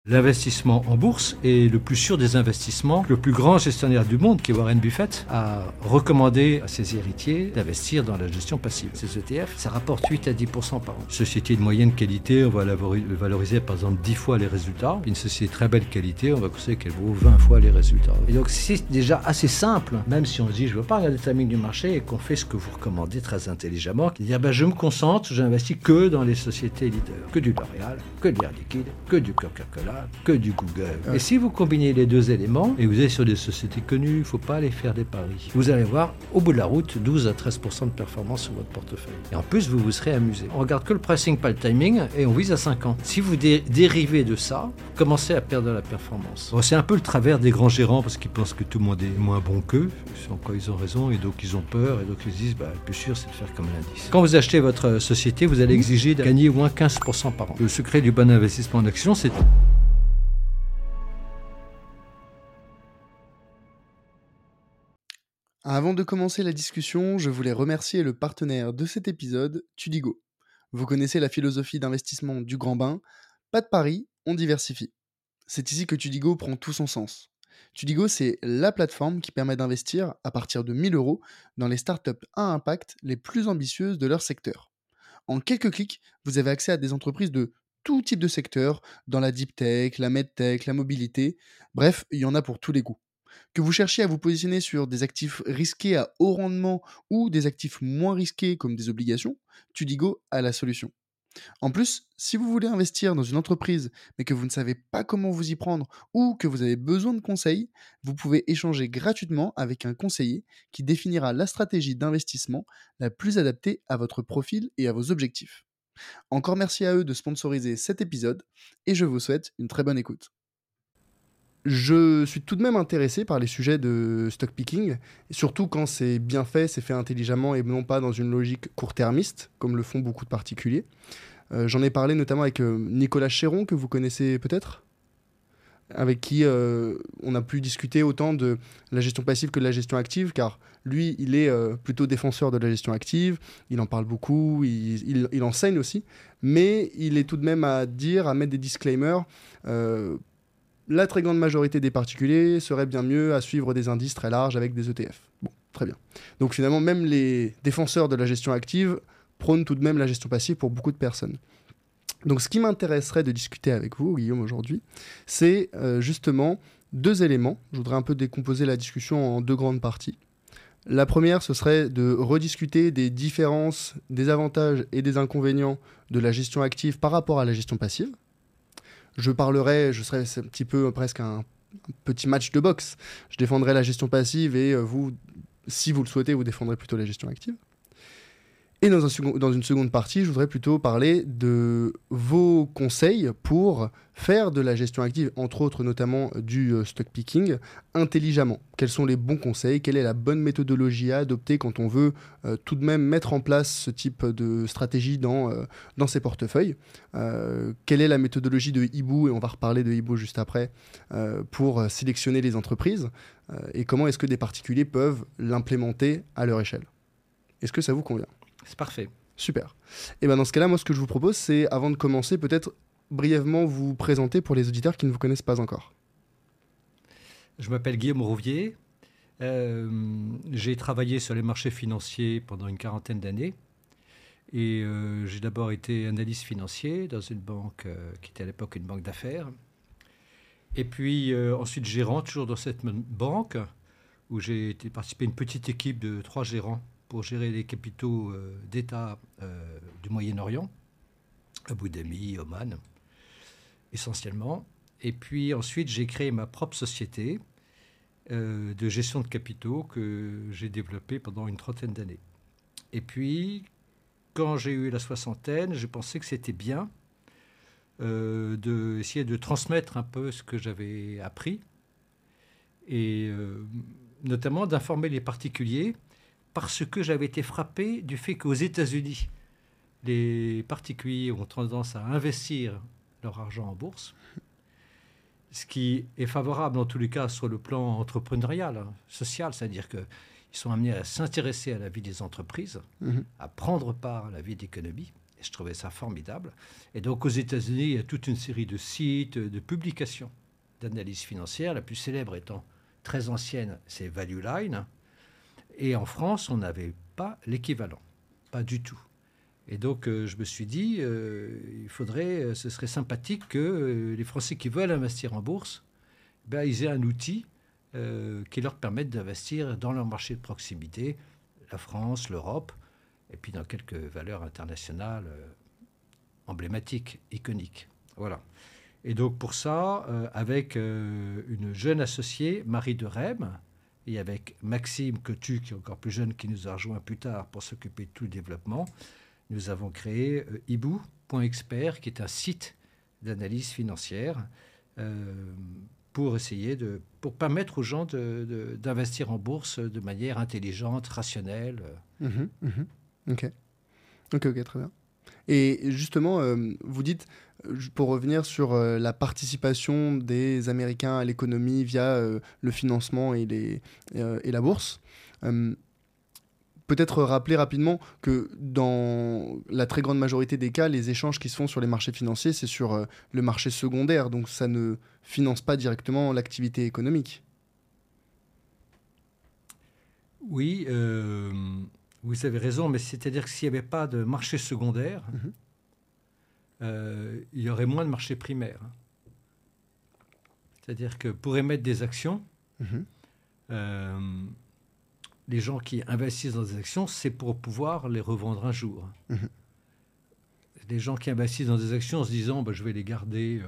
L'investissement en bourse est le plus sûr des investissements. Le plus grand gestionnaire du monde, qui est Warren Buffett, a recommandé à ses héritiers d'investir dans la gestion passive. Ces ETF, ça rapporte 8 à 10% par an. Une société de moyenne qualité, on va la valoriser par exemple 10 fois les résultats. Une société de très belle qualité, on va considérer qu'elle vaut 20 fois les résultats. Et donc c'est déjà assez simple, même si on se dit je ne veux pas regarder le timing du marché et qu'on fait ce que vous recommandez très intelligemment, qui dire je me concentre, j'investis que dans les sociétés leaders, que du L'Oréal, que de l'Air Liquide, que du Coca-Cola, que du Google. Ouais. Et si vous combinez les deux éléments, et vous êtes sur des sociétés connues, il ne faut pas aller faire des paris. Vous allez voir, au bout de la route, 12 à 13% de performance sur votre portefeuille. Et en plus, vous vous serez amusé. On regarde que le pricing, pas le timing, et on vise à 5 ans. Si vous dérivez de ça, commencez à perdre de la performance. Bon, c'est un peu le travers des grands gérants, parce qu'ils pensent que tout le monde est moins bon qu'eux, sur quoi ils ont raison, et donc ils ont peur, et donc ils se disent, le plus sûr, c'est de faire comme l'indice. Quand vous achetez votre société, vous allez exiger de gagner au moins 15% par an. Le secret du bon investissement en action, c'est Avant de commencer la discussion, je voulais remercier le partenaire de cet épisode, Tudigo. Vous connaissez la philosophie d'investissement du grand bain, pas de paris, on diversifie. C'est ici que Tudigo prend tout son sens. Tudigo, c'est la plateforme qui permet d'investir à partir de 1000 euros dans les startups à impact les plus ambitieuses de leur secteur. En quelques clics, vous avez accès à des entreprises de tout type de secteur, dans la deep tech, la medtech, la mobilité, bref, il y en a pour tous les goûts. Que vous cherchiez à vous positionner sur des actifs risqués à haut rendement ou des actifs moins risqués comme des obligations, Tudigo a la solution. En plus, si vous voulez investir dans une entreprise mais que vous ne savez pas comment vous y prendre ou que vous avez besoin de conseils, vous pouvez échanger gratuitement avec un conseiller qui définira la stratégie d'investissement la plus adaptée à votre profil et à vos objectifs. Encore merci à eux de sponsoriser cet épisode et je vous souhaite une très bonne écoute. Je suis tout de même intéressé par les sujets de stock picking, surtout quand c'est bien fait, c'est fait intelligemment et non pas dans une logique court-termiste, comme le font beaucoup de particuliers. J'en ai parlé notamment avec Nicolas Chéron, que vous connaissez peut-être, avec qui on a pu discuter autant de la gestion passive que de la gestion active, car lui, il est plutôt défenseur de la gestion active, il en parle beaucoup, il enseigne aussi, mais il est tout de même à mettre des disclaimers. La très grande majorité des particuliers serait bien mieux à suivre des indices très larges avec des ETF. Bon, très bien. Donc finalement, même les défenseurs de la gestion active prônent tout de même la gestion passive pour beaucoup de personnes. Donc ce qui m'intéresserait de discuter avec vous, Guillaume, aujourd'hui, c'est justement deux éléments. Je voudrais un peu décomposer la discussion en deux grandes parties. La première, ce serait de rediscuter des différences, des avantages et des inconvénients de la gestion active par rapport à la gestion passive. Je serais un petit peu presque un petit match de boxe. Je défendrai la gestion passive et vous, si vous le souhaitez, vous défendrez plutôt la gestion active. Et dans une seconde partie, je voudrais plutôt parler de vos conseils pour faire de la gestion active, entre autres notamment du stock picking, intelligemment. Quels sont les bons conseils? Quelle est la bonne méthodologie à adopter quand on veut tout de même mettre en place ce type de stratégie dans ses portefeuilles? Quelle est la méthodologie de Hibou, et on va reparler de Hibou juste après, pour sélectionner les entreprises? Et comment est-ce que des particuliers peuvent l'implémenter à leur échelle? Est-ce que ça vous convient? C'est parfait. Super. Et bien dans ce cas-là, moi ce que je vous propose, c'est avant de commencer, peut-être brièvement vous présenter pour les auditeurs qui ne vous connaissent pas encore. Je m'appelle Guillaume Rouvier. J'ai travaillé sur les marchés financiers pendant une quarantaine d'années. Et j'ai d'abord été analyste financier dans une banque qui était à l'époque une banque d'affaires. Et puis ensuite gérant, toujours dans cette même banque, où j'ai participé à une petite équipe de 3 gérants pour gérer les capitaux d'État du Moyen-Orient, Abu Dhabi, Oman, essentiellement. Et puis ensuite, j'ai créé ma propre société de gestion de capitaux que j'ai développée pendant une trentaine d'années. Et puis, quand j'ai eu la soixantaine, j'ai pensé que c'était bien d'essayer de transmettre un peu ce que j'avais appris et notamment d'informer les particuliers, parce que j'avais été frappé du fait qu'aux États-Unis, les particuliers ont tendance à investir leur argent en bourse, ce qui est favorable en tous les cas sur le plan entrepreneurial, social, c'est-à-dire qu'ils sont amenés à s'intéresser à la vie des entreprises, à prendre part à la vie de l'économie, Et je trouvais ça formidable. Et donc aux États-Unis, il y a toute une série de sites, de publications d'analyse financière, la plus célèbre étant très ancienne, c'est Value Line. Et en France, on n'avait pas l'équivalent, pas du tout. Et donc je me suis dit, ce serait sympathique que les Français qui veulent investir en bourse, ils aient un outil qui leur permette d'investir dans leur marché de proximité, la France, l'Europe, et puis dans quelques valeurs internationales emblématiques, iconiques. Voilà. Et donc pour ça, avec une jeune associée, Marie de Rême, et avec Maxime Cotu, qui est encore plus jeune, qui nous a rejoint plus tard pour s'occuper de tout le développement, nous avons créé ibou.expert, qui est un site d'analyse financière pour permettre aux gens d'investir en bourse de manière intelligente, rationnelle. Ok, très bien. Et justement, vous dites, pour revenir sur la participation des Américains à l'économie via le financement et la bourse, peut-être rappeler rapidement que dans la très grande majorité des cas, les échanges qui se font sur les marchés financiers, c'est sur le marché secondaire, donc ça ne finance pas directement l'activité économique. Oui, vous avez raison, mais c'est-à-dire que s'il n'y avait pas de marché secondaire, il y aurait moins de marché primaire. C'est-à-dire que pour émettre des actions, les gens qui investissent dans des actions, c'est pour pouvoir les revendre un jour. Les gens qui investissent dans des actions en se disant je vais les garder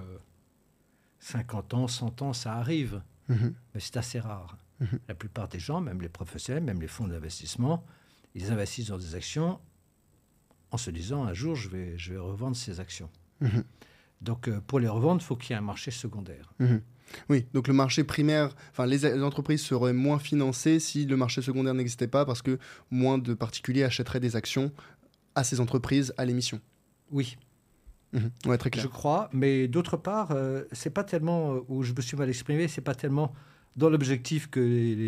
50 ans, 100 ans, ça arrive. Mais c'est assez rare. La plupart des gens, même les professionnels, même les fonds d'investissement, ils investissent dans des actions en se disant un jour je vais revendre ces actions. Donc pour les revendre, il faut qu'il y ait un marché secondaire. Oui, donc le marché primaire, les entreprises seraient moins financées si le marché secondaire n'existait pas, parce que moins de particuliers achèteraient des actions à ces entreprises à l'émission. Oui. Ouais, très clair. Je crois, mais d'autre part, c'est pas tellement, où je me suis mal exprimé, c'est pas tellement dans l'objectif que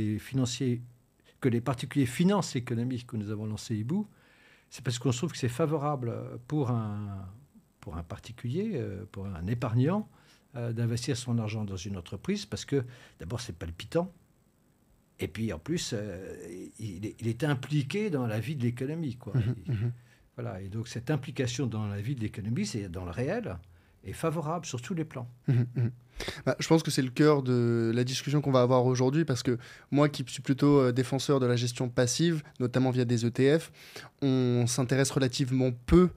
les particuliers financent l'économie que nous avons lancé Ibou, c'est parce qu'on trouve que c'est favorable pour un particulier, pour un épargnant, d'investir son argent dans une entreprise, parce que d'abord c'est palpitant, et puis en plus il est impliqué dans la vie de l'économie, quoi. Voilà, et donc cette implication dans la vie de l'économie, c'est dans le réel, est favorable sur tous les plans. Je pense que c'est le cœur de la discussion qu'on va avoir aujourd'hui, parce que moi qui suis plutôt défenseur de la gestion passive, notamment via des ETF, on s'intéresse relativement peu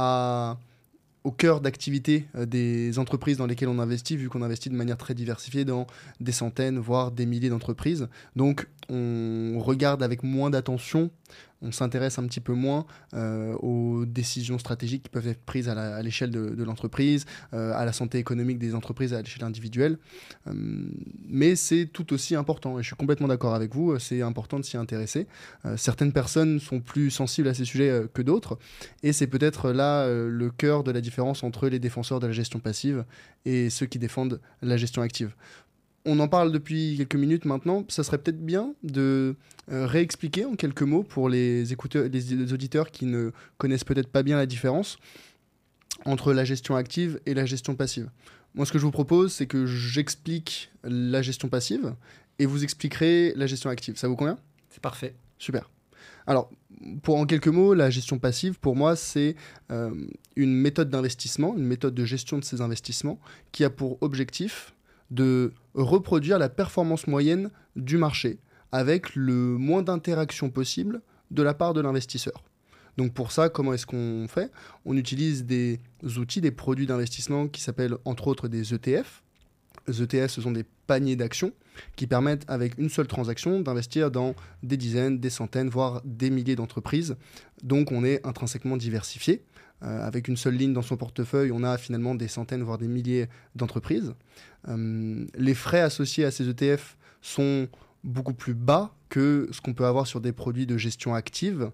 au cœur d'activité des entreprises dans lesquelles on investit, vu qu'on investit de manière très diversifiée dans des centaines, voire des milliers d'entreprises. Donc on regarde avec moins d'attention, on s'intéresse un petit peu moins aux décisions stratégiques qui peuvent être prises à l'échelle de l'entreprise, à la santé économique des entreprises à l'échelle individuelle. Mais c'est tout aussi important, et je suis complètement d'accord avec vous, c'est important de s'y intéresser. Certaines personnes sont plus sensibles à ces sujets que d'autres, et c'est peut-être là le cœur de la différence entre les défenseurs de la gestion passive et ceux qui défendent la gestion active. On en parle depuis quelques minutes maintenant. Ça serait peut-être bien de réexpliquer en quelques mots pour les auditeurs qui ne connaissent peut-être pas bien la différence entre la gestion active et la gestion passive. Moi, ce que je vous propose, c'est que j'explique la gestion passive et vous expliquerez la gestion active. Ça vous convient ? C'est parfait. Super. Alors, en quelques mots, la gestion passive, pour moi, c'est une méthode d'investissement, une méthode de gestion de ces investissements qui a pour objectif de reproduire la performance moyenne du marché avec le moins d'interactions possible de la part de l'investisseur. Donc pour ça, comment est-ce qu'on fait ? On utilise des outils, des produits d'investissement qui s'appellent entre autres des ETF. Les ETF, ce sont des paniers d'actions qui permettent avec une seule transaction d'investir dans des dizaines, des centaines, voire des milliers d'entreprises. Donc on est intrinsèquement diversifié. Avec une seule ligne dans son portefeuille, on a finalement des centaines, voire des milliers d'entreprises. Les frais associés à ces ETF sont beaucoup plus bas que ce qu'on peut avoir sur des produits de gestion active.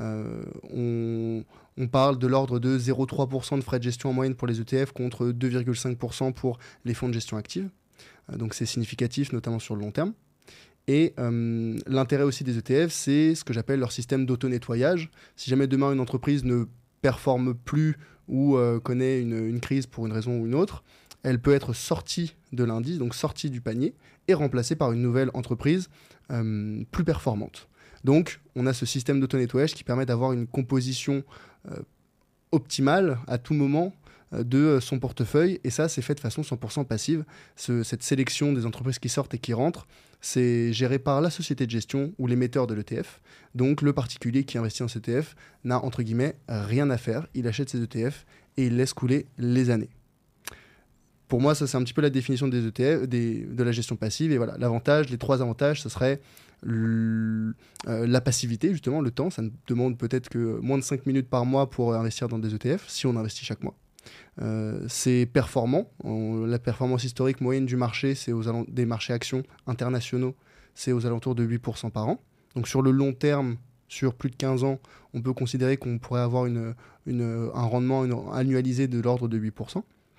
On parle de l'ordre de 0,3% de frais de gestion en moyenne pour les ETF contre 2,5% pour les fonds de gestion active. Donc c'est significatif, notamment sur le long terme. Et l'intérêt aussi des ETF, c'est ce que j'appelle leur système d'auto-nettoyage. Si jamais demain une entreprise ne performe plus ou connaît une crise pour une raison ou une autre, elle peut être sortie de l'indice, donc sortie du panier, et remplacée par une nouvelle entreprise plus performante. Donc, on a ce système d'auto-nettoyage qui permet d'avoir une composition optimale à tout moment de son portefeuille, et ça, c'est fait de façon 100% passive. Cette sélection des entreprises qui sortent et qui rentrent, c'est géré par la société de gestion ou l'émetteur de l'ETF. Donc, le particulier qui investit en cet ETF n'a, entre guillemets, rien à faire. Il achète ses ETF et il laisse couler les années. Pour moi, ça, c'est un petit peu la définition des ETF, de la gestion passive. Et voilà, les 3 avantages, ce serait la passivité, justement, le temps. Ça ne demande peut-être que moins de 5 minutes par mois pour investir dans des ETF, si on investit chaque mois. C'est performant. La performance historique moyenne du marché, des marchés actions internationaux, c'est aux alentours de 8% par an. Donc sur le long terme, sur plus de 15 ans, on peut considérer qu'on pourrait avoir un rendement annualisé de l'ordre de 8%.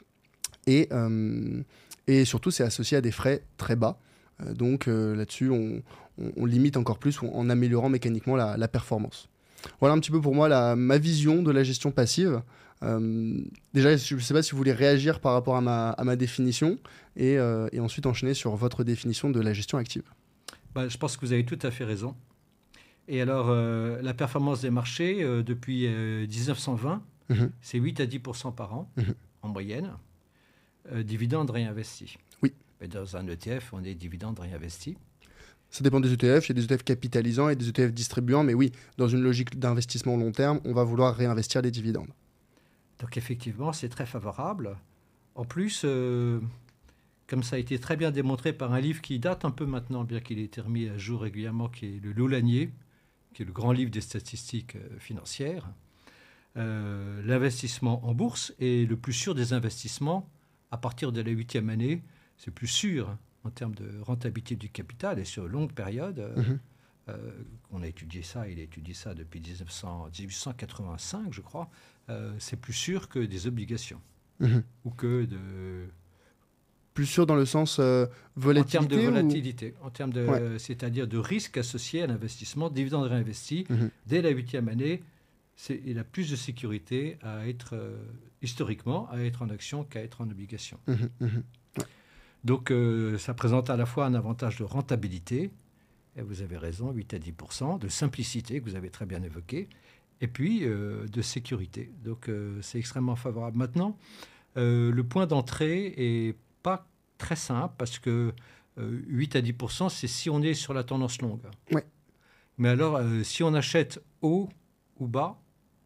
Et surtout, c'est associé à des frais très bas. Donc là-dessus, on limite encore plus en améliorant mécaniquement la performance. Voilà un petit peu pour moi ma vision de la gestion passive. Déjà, je ne sais pas si vous voulez réagir par rapport à ma définition et ensuite enchaîner sur votre définition de la gestion active. Je pense que vous avez tout à fait raison. Et alors, la performance des marchés depuis 1920, c'est 8 à 10% par an en moyenne. Dividendes réinvestis. Oui. Mais dans un ETF, on est dividendes réinvestis. Ça dépend des ETF. Il y a des ETF capitalisants et des ETF distribuants. Mais oui, dans une logique d'investissement long terme, on va vouloir réinvestir les dividendes. Donc effectivement, c'est très favorable. En plus, comme ça a été très bien démontré par un livre qui date un peu maintenant, bien qu'il ait été remis à jour régulièrement, qui est le Low-Lanier, qui est le grand livre des statistiques financières, l'investissement en bourse est le plus sûr des investissements. À partir de la 8e année, c'est plus sûr en termes de rentabilité du capital et sur une longue période. On a étudié ça, il a étudié ça depuis 1885, je crois. C'est plus sûr que des obligations ou que de... Plus sûr dans le sens volatilité. En termes de volatilité, c'est-à-dire de risque associé à l'investissement, dividendes réinvestis. Dès la 8e année, il a plus de sécurité à être, historiquement, à être en action qu'à être en obligation. Donc, ça présente à la fois un avantage de rentabilité, et vous avez raison, 8 à 10%, de simplicité, que vous avez très bien évoqué, et puis de sécurité. Donc, c'est extrêmement favorable. Maintenant, le point d'entrée est pas très simple, parce que 8 à 10%, c'est si on est sur la tendance longue. Ouais. Mais alors, si on achète haut ou bas,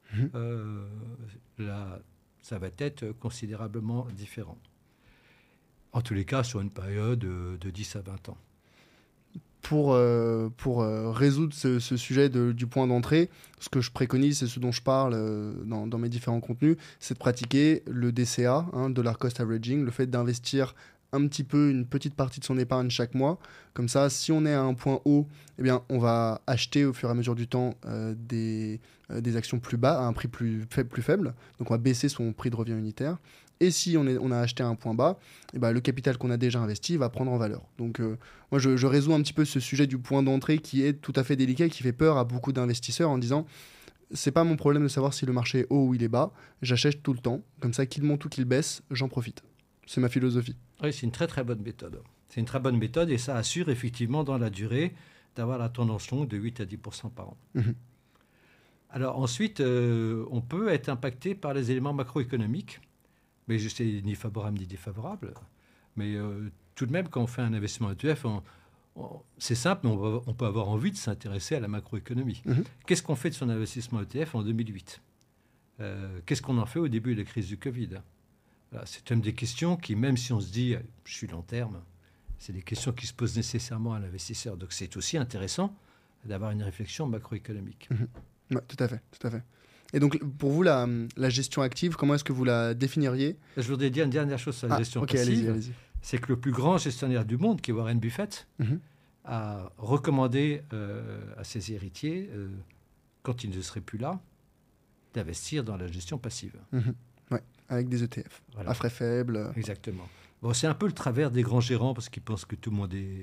là, ça va être considérablement différent. En tous les cas, sur une période de 10 à 20 ans. Pour résoudre ce sujet du point d'entrée, ce que je préconise, c'est ce dont je parle dans mes différents contenus, c'est de pratiquer le DCA, Dollar Cost Averaging, le fait d'investir un petit peu, une petite partie de son épargne chaque mois. Comme ça, si on est à un point haut, eh bien, on va acheter au fur et à mesure du temps des actions plus bas, à un prix plus faible. Donc, on va baisser son prix de revient unitaire. Et si on a acheté à un point bas, eh ben, le capital qu'on a déjà investi va prendre en valeur. Donc, moi, je résous un petit peu ce sujet du point d'entrée qui est tout à fait délicat et qui fait peur à beaucoup d'investisseurs en disant c'est pas mon problème de savoir si le marché est haut ou il est bas, j'achète tout le temps. Comme ça, qu'il monte ou qu'il baisse, j'en profite. C'est ma philosophie. Oui, c'est une très très bonne méthode. C'est une très bonne méthode et ça assure effectivement dans la durée d'avoir la tendance longue de 8 à 10% par an. Alors ensuite, on peut être impacté par les éléments macroéconomiques, mais je sais ni favorable ni défavorable. Mais tout de même, quand on fait un investissement ETF, c'est simple, mais on peut avoir envie de s'intéresser à la macroéconomie. Qu'est-ce qu'on fait de son investissement ETF en 2008 Qu'est-ce qu'on en fait au début de la crise du Covid? Voilà, c'est une des questions qui, même si on se dit « je suis long terme », c'est des questions qui se posent nécessairement à l'investisseur. Donc c'est aussi intéressant d'avoir une réflexion macroéconomique. Ouais, tout à fait. Et donc, pour vous, la gestion active, comment est-ce que vous la définiriez? Je voudrais dire une dernière chose sur la gestion passive. Allez-y. C'est que le plus grand gestionnaire du monde, qui est Warren Buffett, a recommandé à ses héritiers, quand il ne serait plus là, d'investir dans la gestion passive. Ouais, avec des ETF, à frais faibles. Exactement. Bon, c'est un peu le travers des grands gérants, parce qu'ils pensent que tout le monde est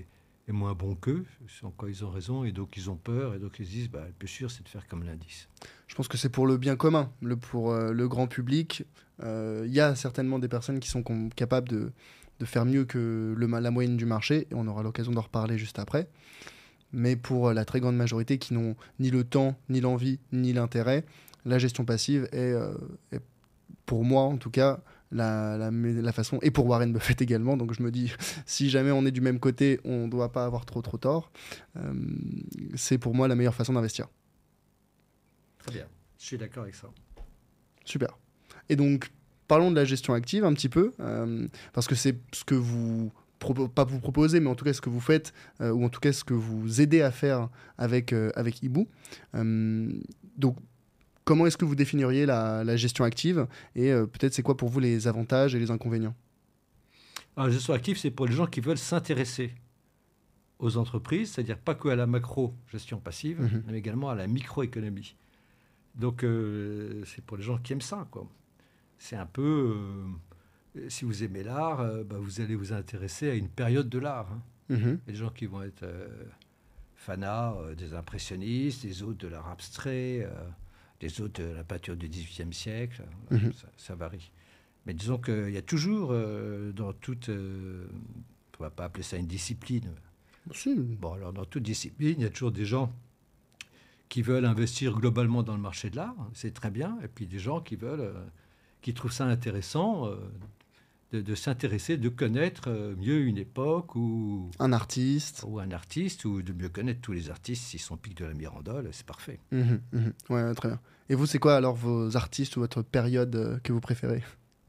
est moins bon qu'eux, en quoi ils ont raison, et donc ils ont peur, et donc ils se disent, le plus sûr, c'est de faire comme l'indice. Je pense que c'est pour le bien commun, pour le grand public. Il y a certainement des personnes qui sont capables de faire mieux que la moyenne du marché, et on aura l'occasion d'en reparler juste après. Mais pour la très grande majorité qui n'ont ni le temps, ni l'envie, ni l'intérêt, la gestion passive est pour moi en tout cas, la façon, et pour Warren Buffett également, donc je me dis, si jamais on est du même côté, on ne doit pas avoir trop tort, c'est pour moi la meilleure façon d'investir. Très bien, je suis d'accord avec ça. Super. Et donc, parlons de la gestion active un petit peu, parce que c'est ce que vous pas vous proposez, mais en tout cas ce que vous faites, ou en tout cas ce que vous aidez à faire avec Ibu. Donc, comment est-ce que vous définiriez la gestion active, et peut-être c'est quoi pour vous les avantages et les inconvénients? Alors, la gestion active, c'est pour les gens qui veulent s'intéresser aux entreprises, c'est-à-dire pas que à la macro-gestion passive, mais également à la microéconomie. Donc, c'est pour les gens qui aiment ça, quoi. C'est un peu... si vous aimez l'art, vous allez vous intéresser à une période de l'art. Les gens qui vont être fanats des impressionnistes, des autres de l'art abstrait, des autres de la peinture du XVIIIe siècle, ça varie. Mais disons qu'il y a toujours dans toute... on ne va pas appeler ça une discipline. Bon, alors dans toute discipline, il y a toujours des gens qui veulent investir globalement dans le marché de l'art, c'est très bien, et puis des gens qui trouvent ça intéressant de s'intéresser, de connaître mieux une époque ou un artiste, ou de mieux connaître tous les artistes s'ils sont pics de la Mirandole, c'est parfait. Ouais, très bien. Et vous, c'est quoi alors vos artistes ou votre période que vous préférez?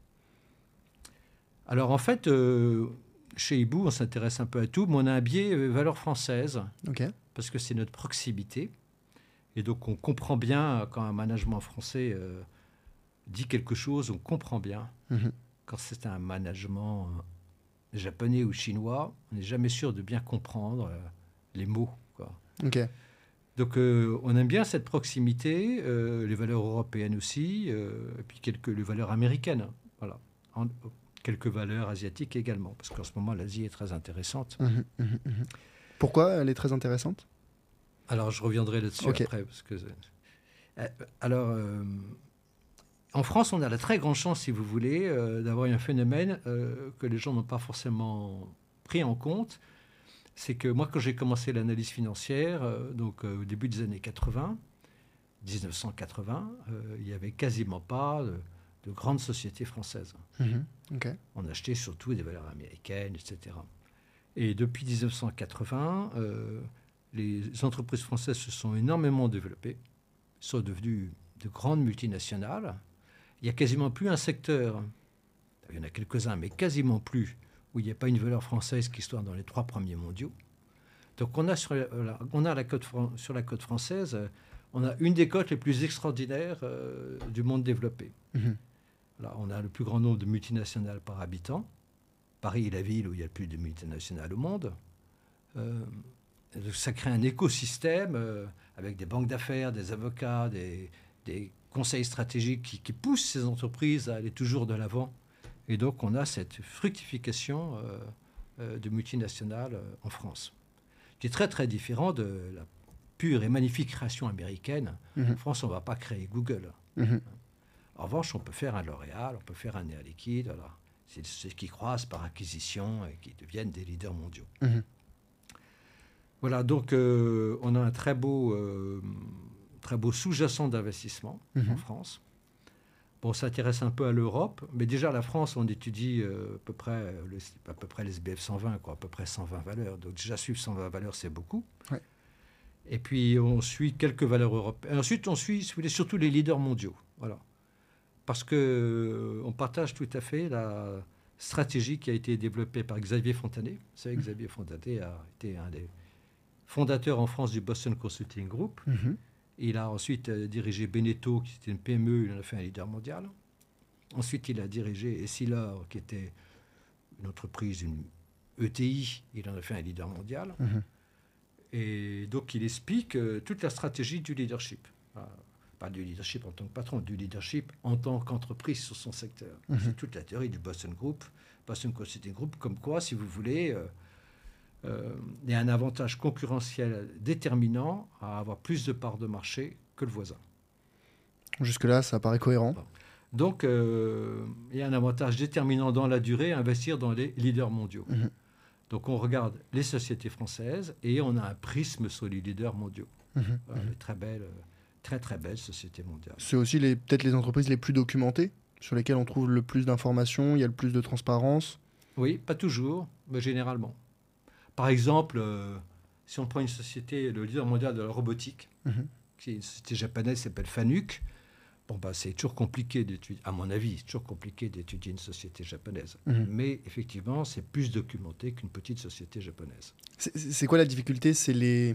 Alors en fait, chez Ibu, on s'intéresse un peu à tout, mais on a un biais valeur française, parce que c'est notre proximité. Et donc, on comprend bien quand un management français dit quelque chose, on comprend bien. Quand c'est un management japonais ou chinois, on n'est jamais sûr de bien comprendre les mots, quoi. Donc, on aime bien cette proximité, les valeurs européennes aussi, et puis les valeurs américaines. Voilà. Quelques valeurs asiatiques également, parce qu'en ce moment, l'Asie est très intéressante. Pourquoi elle est très intéressante? Alors, je reviendrai là-dessus après. Parce que, en France, on a la très grande chance, si vous voulez, d'avoir un phénomène que les gens n'ont pas forcément pris en compte. C'est que moi, quand j'ai commencé l'analyse financière, au début des années 80, 1980, il n'y avait quasiment pas de grandes sociétés françaises. On achetait surtout des valeurs américaines, etc. Et depuis 1980... les entreprises françaises se sont énormément développées, sont devenues de grandes multinationales. Il n'y a quasiment plus un secteur, il y en a quelques-uns, mais quasiment plus, où il n'y a pas une valeur française qui soit dans les 3 premiers mondiaux. Donc on a sur la côte française, on a une des côtes les plus extraordinaires du monde développé. Là, on a le plus grand nombre de multinationales par habitant. Paris est la ville où il y a le plus de multinationales au monde. Ça crée un écosystème avec des banques d'affaires, des avocats, des conseils stratégiques qui poussent ces entreprises à aller toujours de l'avant. Et donc, on a cette fructification de multinationales en France, qui est très, très différent de la pure et magnifique création américaine. En France, on ne va pas créer Google. En revanche, on peut faire un L'Oréal, on peut faire un Air Liquide. Voilà. C'est ceux qui croissent par acquisition et qui deviennent des leaders mondiaux. Voilà, donc on a un très beau sous-jacent d'investissement en France. Bon, on s'intéresse un peu à l'Europe, mais déjà la France, on étudie à peu près les SBF 120, quoi, à peu près 120 valeurs. Donc déjà suivre 120 valeurs, c'est beaucoup. Ouais. Et puis on suit quelques valeurs européennes. Ensuite, on suit surtout les leaders mondiaux. Voilà. Parce qu'on partage tout à fait la stratégie qui a été développée par Xavier Fontanet. Vous savez, Xavier Fontanet a été un des fondateur en France du Boston Consulting Group. Il a ensuite dirigé Beneteau, qui était une PME, il en a fait un leader mondial. Ensuite, il a dirigé Essilor, qui était une entreprise, une ETI, il en a fait un leader mondial. Et donc, il explique toute la stratégie du leadership. Pas du leadership en tant que patron, du leadership en tant qu'entreprise sur son secteur. C'est toute la théorie du Boston Consulting Group, comme quoi, si vous voulez... il y a un avantage concurrentiel déterminant à avoir plus de parts de marché que le voisin. Jusque-là, ça paraît cohérent. Bon. Donc, il y a un avantage déterminant dans la durée à investir dans les leaders mondiaux. Mhm. Donc, on regarde les sociétés françaises et on a un prisme sur les leaders mondiaux. Mhm. Voilà, les très belles, très belles sociétés mondiales. C'est aussi peut-être les entreprises les plus documentées, sur lesquelles on trouve le plus d'informations, il y a le plus de transparence. Oui, pas toujours, mais généralement. Par exemple, si on prend une société, le leader mondial de la robotique, Mhm. qui est une société japonaise qui s'appelle Fanuc, c'est toujours compliqué d'étudier, à mon avis, c'est toujours compliqué d'étudier une société japonaise. Mhm. Mais effectivement, c'est plus documenté qu'une petite société japonaise. C'est quoi la difficulté? C'est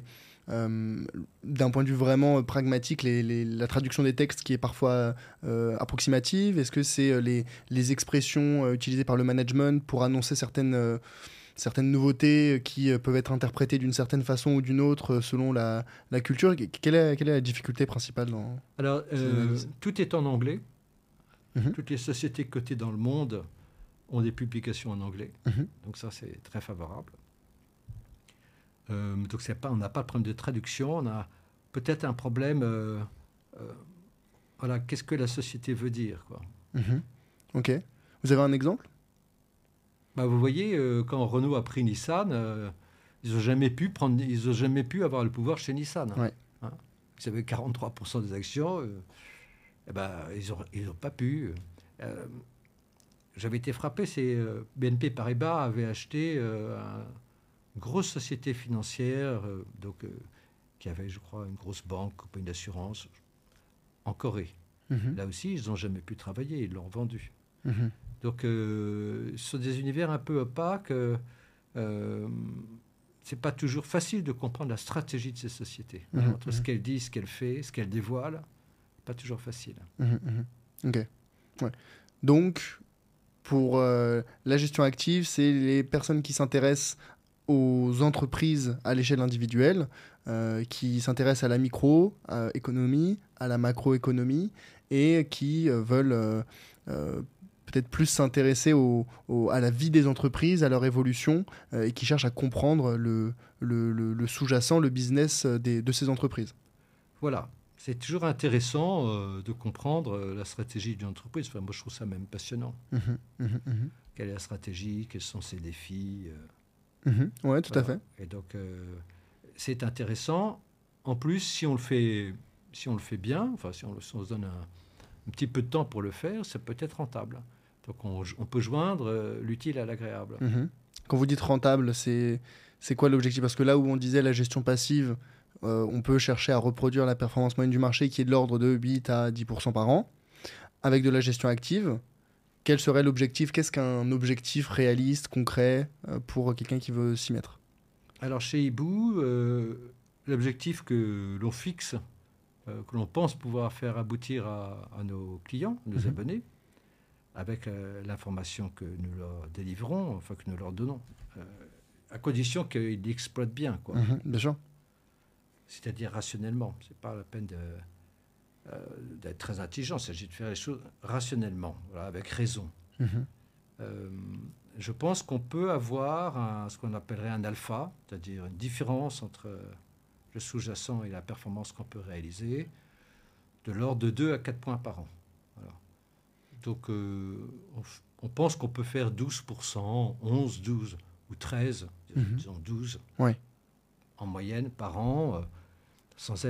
d'un point de vue vraiment pragmatique, la traduction des textes qui est parfois approximative. Est-ce que c'est les expressions utilisées par le management pour annoncer certaines nouveautés qui peuvent être interprétées d'une certaine façon ou d'une autre selon la culture? Quelle est la difficulté principale dans... Alors, tout est en anglais. Mhm. Toutes les sociétés cotées dans le monde ont des publications en anglais. Mhm. Donc ça, c'est très favorable. Donc on n'a pas de problème de traduction. On a peut-être un problème... voilà, qu'est-ce que la société veut dire, quoi. Mhm. Ok. Vous avez un exemple? Vous voyez, quand Renault a pris Nissan, ils n'ont jamais pu avoir le pouvoir chez Nissan. Ouais. Hein. Ils avaient 43% des actions. Ils n'ont pas pu. J'avais été frappé, BNP Paribas avait acheté une grosse société financière, qui avait, je crois, une grosse banque, compagnie d'assurance, en Corée. Mhm. Là aussi, ils n'ont jamais pu travailler, ils l'ont vendu. Mhm. Donc, sur des univers un peu opaques, c'est pas toujours facile de comprendre la stratégie de ces sociétés. Mhm. Entre ce qu'elles disent, ce qu'elles font, ce qu'elles dévoilent, pas toujours facile. Mhm. Mhm. Ok. Ouais. Donc, pour la gestion active, c'est les personnes qui s'intéressent aux entreprises à l'échelle individuelle, qui s'intéressent à la microéconomie, à la macroéconomie, et qui veulent peut-être plus s'intéresser à la vie des entreprises, à leur évolution, et qui cherchent à comprendre le sous-jacent, le business de ces entreprises. Voilà. C'est toujours intéressant de comprendre la stratégie d'une entreprise. Enfin, moi, je trouve ça même passionnant. Mhm. Mhm. Mhm. Quelle est la stratégie? Quels sont ses défis? Mhm. Ouais, tout à Voilà. fait. Et donc, c'est intéressant. En plus, si on le fait bien, enfin, si on se donne un petit peu de temps pour le faire, ça peut être rentable. Donc, on peut joindre l'utile à l'agréable. Mhm. Quand vous dites rentable, c'est quoi l'objectif? Parce que là où on disait la gestion passive, on peut chercher à reproduire la performance moyenne du marché qui est de l'ordre de 8 à 10% par an. Avec de la gestion active, quel serait l'objectif? Qu'est-ce qu'un objectif réaliste, concret, pour quelqu'un qui veut s'y mettre? Alors, chez Hibou, l'objectif que l'on fixe, que l'on pense pouvoir faire aboutir à nos clients, nos Mhm. abonnés, avec l'information que nous leur délivrons, enfin que nous leur donnons, à condition qu'ils l'exploitent bien, quoi. Mhm. Bien sûr. C'est-à-dire rationnellement. C'est pas la peine d'être très intelligent, il s'agit de faire les choses rationnellement, voilà, avec raison. Mhm. Je pense qu'on peut avoir ce qu'on appellerait un alpha, c'est-à-dire une différence entre le sous-jacent et la performance qu'on peut réaliser, de l'ordre de 2 à 4 points par an. Voilà. Donc, on pense qu'on peut faire 12%, 11, 12 ou 13, Mhm. disons 12, Ouais. en moyenne par an, sans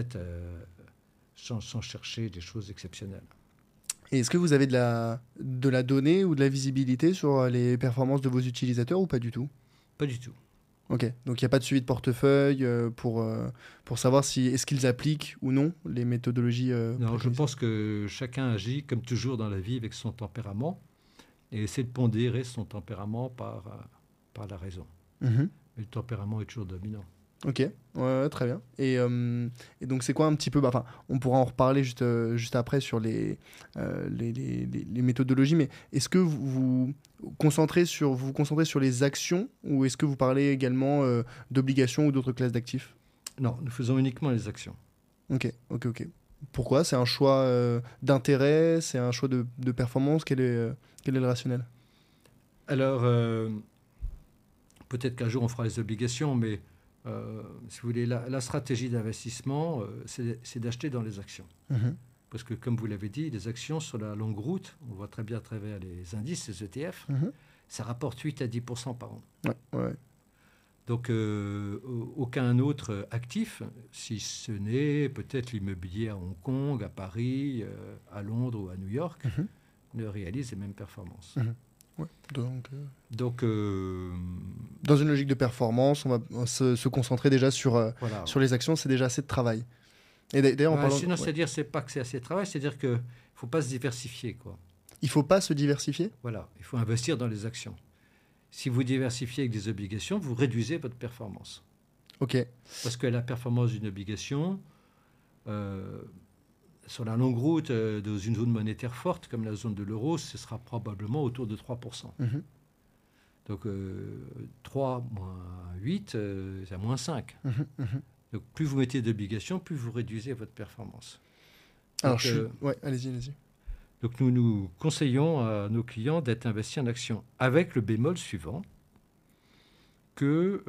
chercher des choses exceptionnelles. Et est-ce que vous avez de la donnée ou de la visibilité sur les performances de vos utilisateurs ou pas du tout? Pas du tout. Ok, donc il n'y a pas de suivi de portefeuille pour savoir si est-ce qu'ils appliquent ou non les méthodologies Non, je préconisées. pense que chacun agit, comme toujours dans la vie, avec son tempérament, et essaie de pondérer son tempérament par la raison. Mhm. Et le tempérament est toujours dominant. Ok, ouais, très bien. Et donc c'est quoi un petit peu, on pourra en reparler juste après sur les méthodologies, mais est-ce que vous vous concentrez sur les actions ou est-ce que vous parlez également d'obligations ou d'autres classes d'actifs? Non, nous faisons uniquement les actions. Ok. Pourquoi? C'est un choix d'intérêt? C'est un choix de performance? Quel est le rationnel? Alors, peut-être qu'un jour on fera les obligations, mais si vous voulez, la stratégie d'investissement, c'est d'acheter dans les actions. Parce que, comme vous l'avez dit, les actions sur la longue route, on voit très bien à travers les indices, les ETF, ça rapporte 8 à 10% par an. Ouais. Donc, aucun autre actif, si ce n'est peut-être l'immobilier à Hong Kong, à Paris, à Londres ou à New York, ne réalise les mêmes performances. Ouais. Donc, dans une logique de performance, on va se concentrer déjà sur les actions, c'est déjà assez de travail. Et d'ailleurs, sinon, c'est-à-dire, c'est pas que c'est assez de travail, c'est-à-dire qu'il ne faut pas se diversifier, quoi. Il ne faut pas se diversifier ? Voilà, il faut investir dans les actions. Si vous diversifiez avec des obligations, vous réduisez votre performance. Ok. Parce que la performance d'une obligation, sur la longue route, dans une zone monétaire forte comme la zone de l'euro, ce sera probablement autour de 3%. Donc 3 moins 8, c'est à moins 5. Donc plus vous mettez d'obligations, plus vous réduisez votre performance. Alors, allez-y. Donc nous conseillons à nos clients d'être investis en actions, avec le bémol suivant, que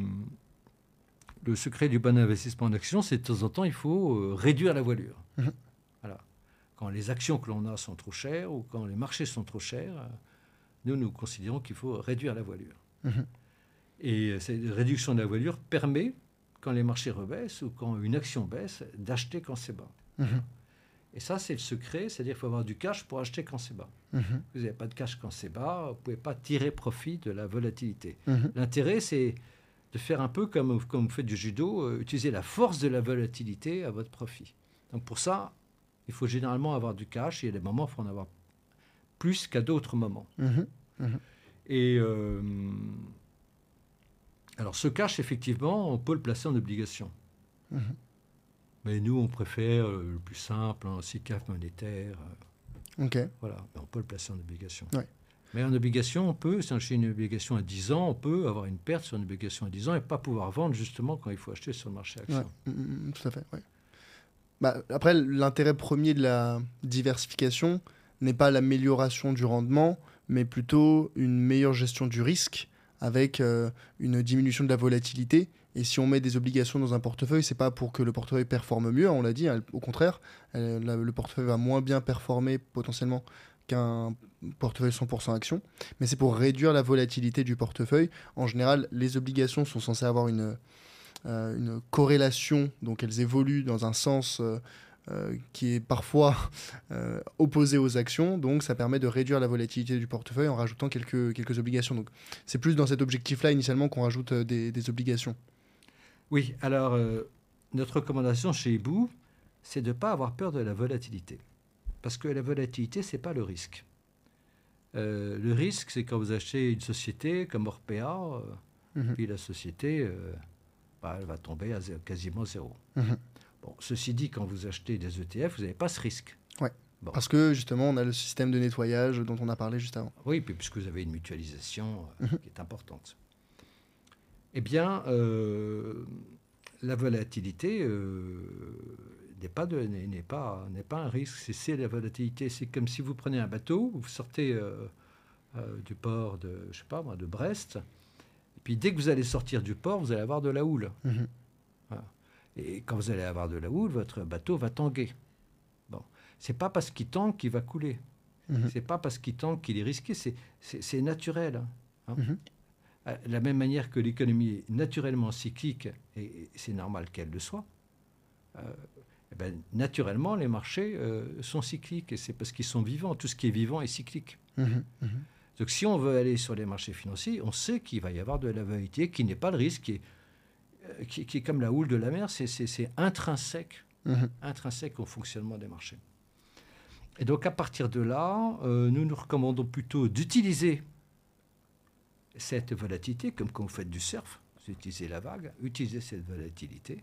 le secret du bon investissement en actions, c'est de temps en temps, il faut réduire la voilure. Voilà. Quand les actions que l'on a sont trop chères ou quand les marchés sont trop chers, nous considérons qu'il faut réduire la voilure. Et cette réduction de la voilure permet, quand les marchés rebaissent ou quand une action baisse, d'acheter quand c'est bas. Et ça, c'est le secret, c'est-à-dire qu'il faut avoir du cash pour acheter quand c'est bas. Vous n'avez pas de cash quand c'est bas, vous ne pouvez pas tirer profit de la volatilité. L'intérêt, c'est de faire un peu comme vous faites du judo, utiliser la force de la volatilité à votre profit. Donc pour ça, il faut généralement avoir du cash. Il y a des moments où il faut en avoir plus qu'à d'autres moments. Et alors ce cash, effectivement, on peut le placer en obligation. Mais nous, on préfère le plus simple, un SICAV monétaire. Voilà, on peut le placer en obligation. Mais en obligation, on peut, si on achète une obligation à 10 ans, on peut avoir une perte sur une obligation à 10 ans et pas pouvoir vendre justement quand il faut acheter sur le marché action. Tout à fait, après, l'intérêt premier de la diversification n'est pas l'amélioration du rendement, mais plutôt une meilleure gestion du risque avec une diminution de la volatilité. Et si on met des obligations dans un portefeuille, c'est pas pour que le portefeuille performe mieux, on l'a dit, au contraire, le portefeuille va moins bien performer potentiellement qu'un portefeuille 100% action, mais c'est pour réduire la volatilité du portefeuille. En général, les obligations sont censées avoir une corrélation, donc elles évoluent dans un sens qui est parfois opposé aux actions, donc ça permet de réduire la volatilité du portefeuille en rajoutant quelques obligations. Donc c'est plus dans cet objectif-là initialement qu'on rajoute des obligations. Oui, alors notre recommandation chez Ebou, c'est de ne pas avoir peur de la volatilité. Parce que la volatilité, ce n'est pas le risque. Le risque, c'est quand vous achetez une société comme Orpea, puis la société, elle va tomber à quasiment zéro. Bon, ceci dit, quand vous achetez des ETF, vous n'avez pas ce risque. Bon. Parce que justement, on a le système de nettoyage dont on a parlé juste avant. Oui, puis puisque vous avez une mutualisation qui est importante. Eh bien, la volatilité n'est pas un risque. C'est la volatilité. C'est comme si vous prenez un bateau, vous sortez du port de Brest, et puis dès que vous allez sortir du port, vous allez avoir de la houle. Voilà. Et quand vous allez avoir de la houle, votre bateau va tanguer. Bon, c'est pas parce qu'il tangue qu'il va couler. C'est pas parce qu'il tangue qu'il est risqué. C'est naturel. De la même manière que l'économie est naturellement cyclique, et c'est normal qu'elle le soit, naturellement, les marchés sont cycliques, et c'est parce qu'ils sont vivants. Tout ce qui est vivant est cyclique. Donc si on veut aller sur les marchés financiers, on sait qu'il va y avoir de la volatilité, qui n'est pas le risque, qui est comme la houle de la mer, c'est intrinsèque, intrinsèque au fonctionnement des marchés. Et donc à partir de là, nous recommandons plutôt d'utiliser cette volatilité, comme quand vous faites du surf, vous utilisez la vague, utilisez cette volatilité,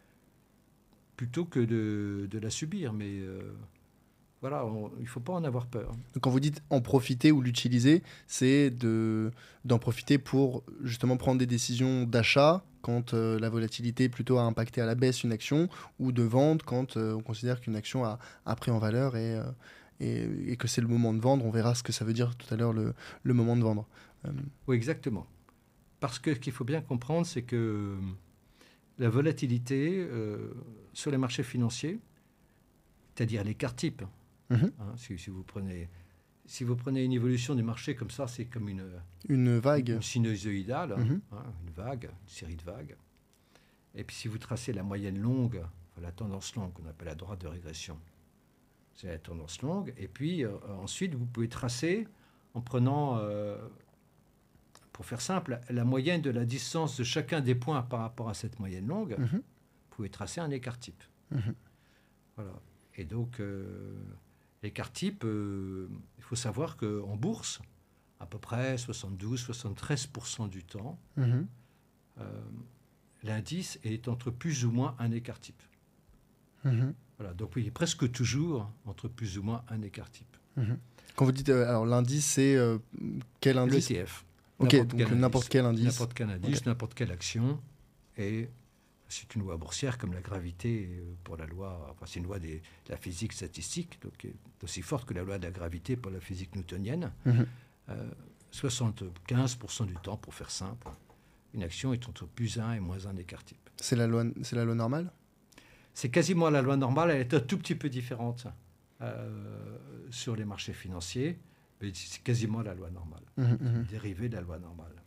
plutôt que de la subir. Mais voilà, il ne faut pas en avoir peur. Donc quand vous dites en profiter ou l'utiliser, c'est d'en profiter pour justement prendre des décisions d'achat quand la volatilité plutôt a impacté à la baisse une action, ou de vente quand on considère qu'une action a pris en valeur et que c'est le moment de vendre. On verra ce que ça veut dire tout à l'heure, le moment de vendre. Oui, exactement. parce que ce qu'il faut bien comprendre, c'est que la volatilité sur les marchés financiers, c'est-à-dire l'écart type, Mhm. si vous prenez une évolution du marché comme ça, c'est comme Une vague. une sinusoïdale, Mhm. une vague, une série de vagues. Et puis si vous tracez la moyenne longue, la tendance longue qu'on appelle la droite de régression, c'est la tendance longue. Et puis ensuite, vous pouvez tracer en prenant, pour faire simple, la moyenne de la distance de chacun des points par rapport à cette moyenne longue. Mhm. Vous pouvez tracer un écart type. Mhm. Voilà. Et donc, l'écart type, il faut savoir qu'en bourse, à peu près 72-73% du temps, Mhm. l'indice est entre plus ou moins un écart type. Mhm. Voilà, donc il est presque toujours entre plus ou moins un écart type. Mhm. Quand vous dites, alors l'indice, c'est quel indice? L'ETF. Ok, donc n'importe quel indice. N'importe quel indice, n'importe quelle action. Et c'est une loi boursière comme la gravité pour la loi, enfin c'est une loi de la physique statistique, donc qui est aussi forte que la loi de la gravité pour la physique newtonienne. Mhm. 75% du temps, pour faire simple, une action est entre plus 1 et moins 1 écart type. C'est la loi normale? C'est quasiment la loi normale, elle est un tout petit peu différente sur les marchés financiers, mais c'est quasiment la loi normale, Mhm. Mhm. dérivée de la loi normale.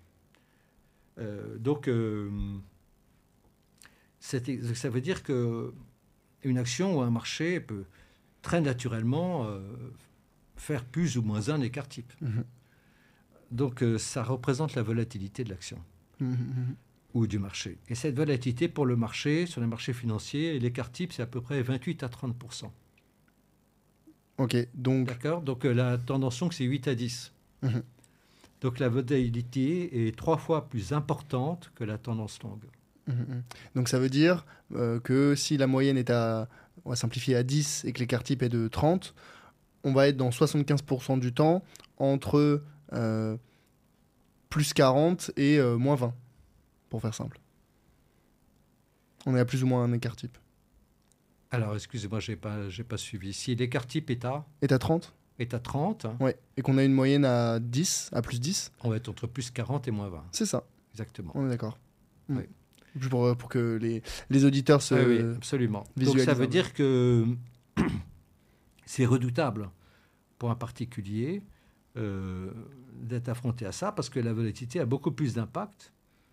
Ça veut dire qu'une action ou un marché peut très naturellement faire plus ou moins 1 écart type. Mhm. Donc ça représente la volatilité de l'action. Mhm. Ou du marché. Et cette volatilité pour le marché, sur les marchés financiers, l'écart type, c'est à peu près 28 à 30%. Ok, donc. D'accord. Donc la tendance longue, c'est 8 à 10. Mhm. Donc la volatilité est 3 fois plus importante que la tendance longue. Mhm. Donc ça veut dire que si la moyenne est on va simplifier à 10 et que l'écart type est de 30, on va être dans 75% du temps entre plus 40 et moins 20, pour faire simple. On est à plus ou moins un écart type. Alors, excusez-moi, j'ai pas suivi. Si l'écart type est à 30? est à 30, Ouais. Et qu'on a une moyenne à 10, à plus 10, on va être entre plus 40 et moins 20. c'est ça. Exactement. On est d'accord. Oui. Plus pour que les auditeurs se Oui, absolument. Donc ça veut dire que c'est redoutable pour un particulier d'être affronté à ça, parce que la volatilité a beaucoup plus d'impact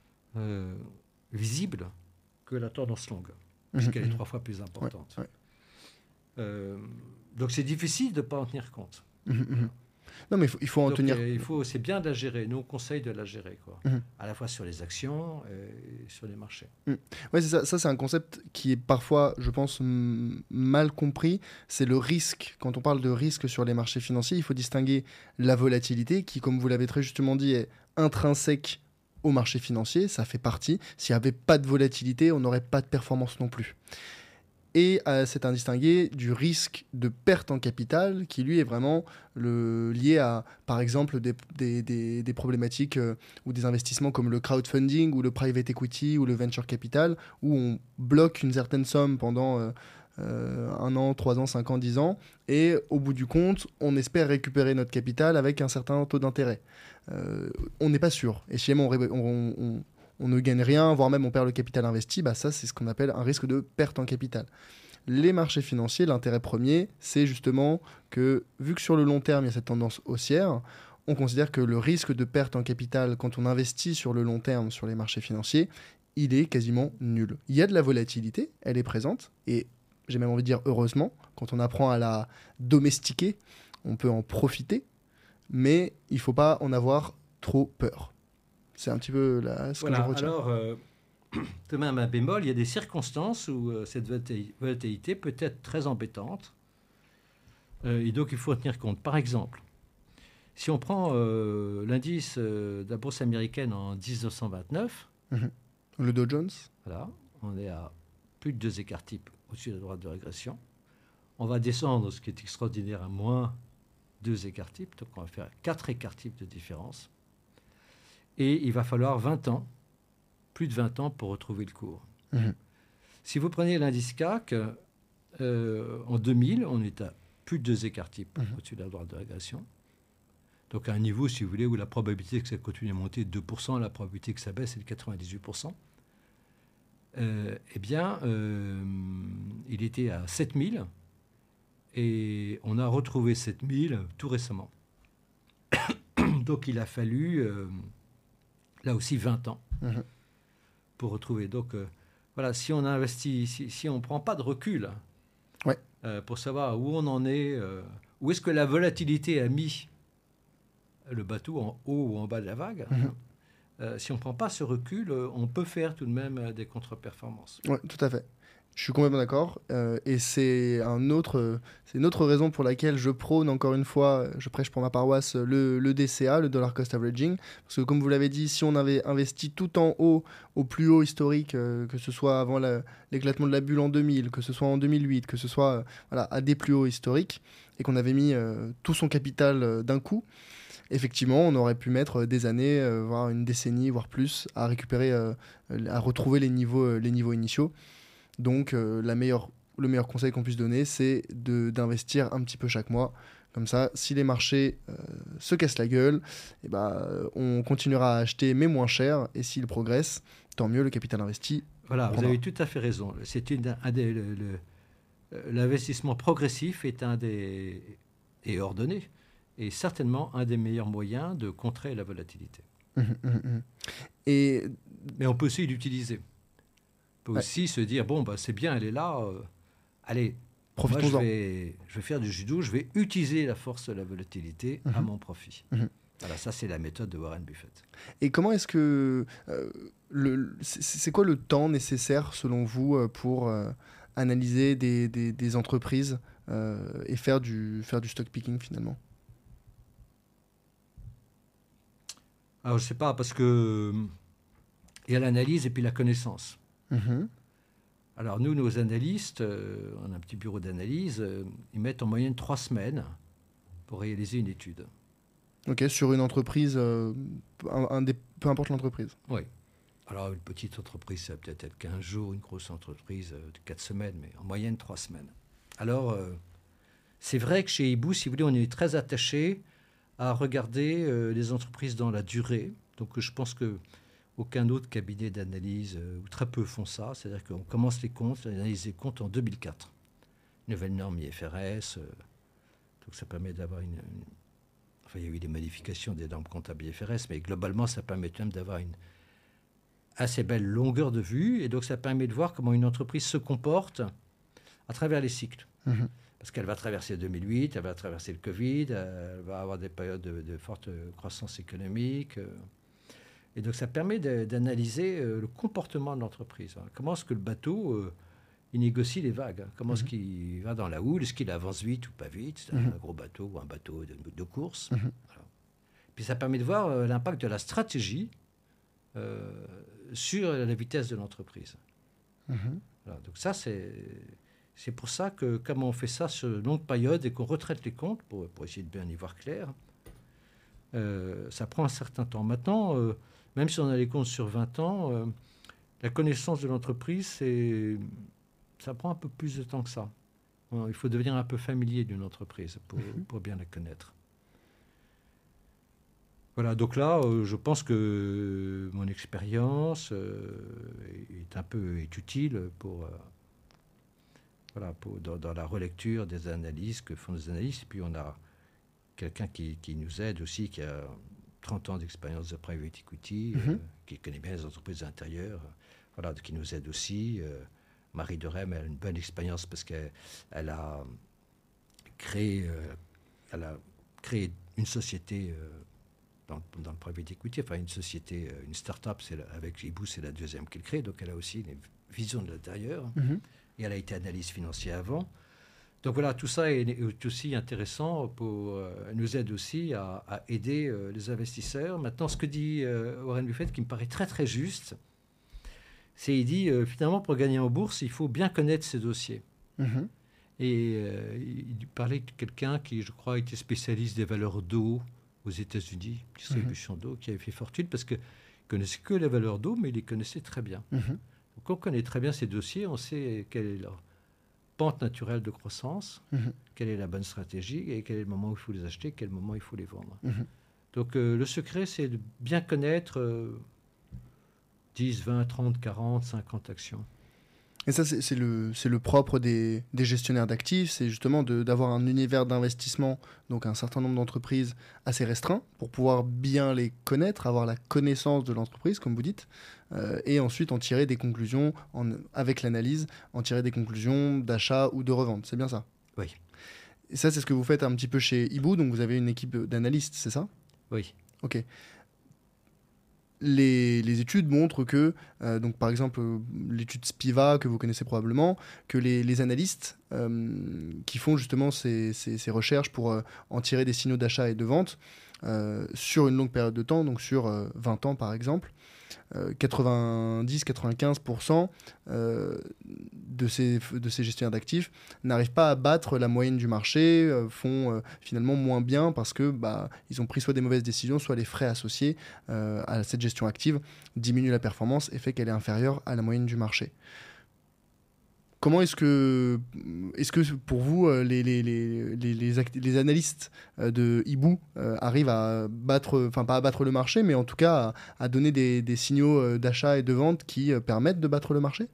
visible que la tendance longue, puisqu'elle est 3 fois plus importante. Ouais, ouais. Donc c'est difficile de ne pas en tenir compte. Non, mais il faut en tenir. C'est bien de la gérer. Nous, on conseille de la gérer, quoi. À la fois sur les actions et sur les marchés. Ouais, c'est ça. Ça, c'est un concept qui est parfois, je pense, mal compris. C'est le risque. Quand on parle de risque sur les marchés financiers, il faut distinguer la volatilité, qui, comme vous l'avez très justement dit, est intrinsèque au marché financier. Ça fait partie. S'il n'y avait pas de volatilité, on n'aurait pas de performance non plus. Et c'est indistingué du risque de perte en capital qui, lui, est vraiment lié à, par exemple, des problématiques ou des investissements comme le crowdfunding ou le private equity ou le venture capital, où on bloque une certaine somme pendant 1 an, 3 ans, 5 ans, 10 ans, et au bout du compte, on espère récupérer notre capital avec un certain taux d'intérêt. On n'est pas sûr. Et si jamais on ne gagne rien, voire même on perd le capital investi, ça c'est ce qu'on appelle un risque de perte en capital. Les marchés financiers, l'intérêt premier, c'est justement que, vu que sur le long terme, il y a cette tendance haussière, on considère que le risque de perte en capital, quand on investit sur le long terme sur les marchés financiers, il est quasiment nul. Il y a de la volatilité, elle est présente, et j'ai même envie de dire heureusement, quand on apprend à la domestiquer, on peut en profiter, mais il ne faut pas en avoir trop peur. C'est un petit peu ce que je retiens. Alors, de même un bémol, il y a des circonstances où cette volatilité peut être très embêtante. Et donc, il faut en tenir compte. Par exemple, si on prend l'indice de la bourse américaine en 1929, le Dow Jones, voilà, on est à plus de 2 écarts types au-dessus de la droite de régression. On va descendre, ce qui est extraordinaire, à moins 2 écarts types. Donc, on va faire 4 écarts types de différence. Et il va falloir 20 ans, plus de 20 ans pour retrouver le cours. Si vous prenez l'indice CAC, en 2000, on est à plus de 2 écarts types au-dessus de la droite de régression. Donc à un niveau, si vous voulez, où la probabilité que ça continue à monter est de 2%, la probabilité que ça baisse est de 98%. Eh bien, il était à 7000 et on a retrouvé 7000 tout récemment. Donc il a fallu, là aussi, 20 ans pour retrouver. Donc voilà, si on investit, si on ne prend pas de recul Ouais. pour savoir où on en est, où est-ce que la volatilité a mis le bateau en haut ou en bas de la vague, si on ne prend pas ce recul, on peut faire tout de même des contre-performances. Ouais, tout à fait. Je suis complètement d'accord. Et c'est une autre raison pour laquelle je prône, encore une fois, je prêche pour ma paroisse, le DCA, le Dollar Cost Averaging. Parce que comme vous l'avez dit, si on avait investi tout en haut, au plus haut historique, que ce soit avant l'éclatement de la bulle en 2000, que ce soit en 2008, que ce soit voilà, à des plus hauts historiques, et qu'on avait mis tout son capital d'un coup, effectivement, on aurait pu mettre des années, voire une décennie, voire plus, à récupérer, à retrouver les niveaux initiaux. Donc, le meilleur conseil qu'on puisse donner, c'est d'investir un petit peu chaque mois. Comme ça, si les marchés se cassent la gueule, eh ben, on continuera à acheter, mais moins cher. Et s'ils progressent, tant mieux, le capital investi. Voilà, vous avez tout à fait raison. L'investissement progressif est et ordonné, est certainement un des meilleurs moyens de contrer la volatilité. Et... Mais on peut aussi l'utiliser. On peut aussi se dire, bon, bah, c'est bien, elle est là, allez, profitons-en. Moi, je vais faire du judo, je vais utiliser la force de la volatilité à mon profit. Voilà, ça c'est la méthode de Warren Buffett. Et comment est-ce que... c'est quoi le temps nécessaire, selon vous, pour analyser des entreprises et faire du stock picking, finalement? Alors, je ne sais pas, parce que il y a l'analyse et puis la connaissance. Alors, nous, nos analystes, on a un petit bureau d'analyse, ils mettent en moyenne 3 semaines pour réaliser une étude. Ok, sur une entreprise, peu importe l'entreprise. Oui. Alors, une petite entreprise, ça va peut-être être 15 jours, une grosse entreprise, 4 semaines, mais en moyenne 3 semaines. Alors, c'est vrai que chez Hibou, si vous voulez, on est très attaché à regarder les entreprises dans la durée. Donc, je pense qu'aucun autre cabinet d'analyse, ou très peu font ça. C'est-à-dire qu'on commence les comptes, on analyse les comptes en 2004. Nouvelle norme IFRS. Donc, ça permet d'avoir Enfin, il y a eu des modifications des normes comptables IFRS, mais globalement, ça permet même d'avoir une assez belle longueur de vue. Et donc, ça permet de voir comment une entreprise se comporte à travers les cycles. Parce qu'elle va traverser 2008, elle va traverser le Covid, elle va avoir des périodes de forte croissance économique. Et donc, ça permet d'analyser le comportement de l'entreprise. Comment est-ce que le bateau, il négocie les vagues? Comment est-ce qu'il va dans la houle? Est-ce qu'il avance vite ou pas vite? C'est un gros bateau ou un bateau de course. Voilà. Puis, ça permet de voir l'impact de la stratégie sur la vitesse de l'entreprise. Voilà. Donc, ça, c'est pour ça que, comme on fait ça sur une longue période et qu'on retraite les comptes, pour essayer de bien y voir clair, ça prend un certain temps. Maintenant, même si on a les comptes sur 20 ans, la connaissance de l'entreprise, ça prend un peu plus de temps que ça. Il faut devenir un peu familier d'une entreprise pour bien la connaître. Voilà, donc là, je pense que mon expérience est utile dans la relecture des analyses que font les analystes. Et puis on a quelqu'un qui nous aide aussi, qui a 30 ans d'expérience de private equity, qui connaît bien les entreprises intérieures, voilà, qui nous aide aussi. Marie de Rem, elle a une bonne expérience parce qu'elle a créé une société dans le private equity, enfin une société, une start-up, avec Hibou, c'est la deuxième qu'elle crée, donc elle a aussi une vision de l'intérieur. Et elle a été analyste financière avant. Donc voilà, tout ça est aussi intéressant, nous aide aussi à aider les investisseurs. Maintenant, ce que dit Warren Buffett, qui me paraît très très juste, c'est il dit, finalement, pour gagner en bourse, il faut bien connaître ses dossiers. Et il parlait de quelqu'un qui, je crois, était spécialiste des valeurs d'eau aux États-Unis, distribution d'eau, qui avait fait fortune parce qu'il ne connaissait que les valeurs d'eau, mais il les connaissait très bien. Donc on connaît très bien ces dossiers, on sait quelle est pente naturelle de croissance, Mhm. quelle est la bonne stratégie et quel est le moment où il faut les acheter, quel moment il faut les vendre. Mhm. Donc le secret, c'est de bien connaître 10, 20, 30, 40, 50 actions. Et ça, c'est le propre des gestionnaires d'actifs, c'est justement d'avoir un univers d'investissement, donc un certain nombre d'entreprises assez restreint, pour pouvoir bien les connaître, avoir la connaissance de l'entreprise, comme vous dites, et ensuite en tirer des conclusions, avec l'analyse, en tirer des conclusions d'achat ou de revente. C'est bien ça? Oui. Et ça, c'est ce que vous faites un petit peu chez Ibou, donc vous avez une équipe d'analystes, c'est ça? Oui. Ok. Les études montrent que, donc par exemple l'étude Spiva que vous connaissez probablement, que les analystes qui font justement ces recherches pour en tirer des signaux d'achat et de vente sur une longue période de temps, donc sur 20 ans par exemple, 90-95% de ces gestionnaires d'actifs n'arrivent pas à battre la moyenne du marché, font finalement moins bien parce que ils ont pris soit des mauvaises décisions, soit les frais associés à cette gestion active diminuent la performance et fait qu'elle est inférieure à la moyenne du marché. Comment est-ce que pour vous, les analystes de Ibou arrivent à battre, enfin pas à battre le marché, mais en tout cas à donner des signaux d'achat et de vente qui permettent de battre le marché?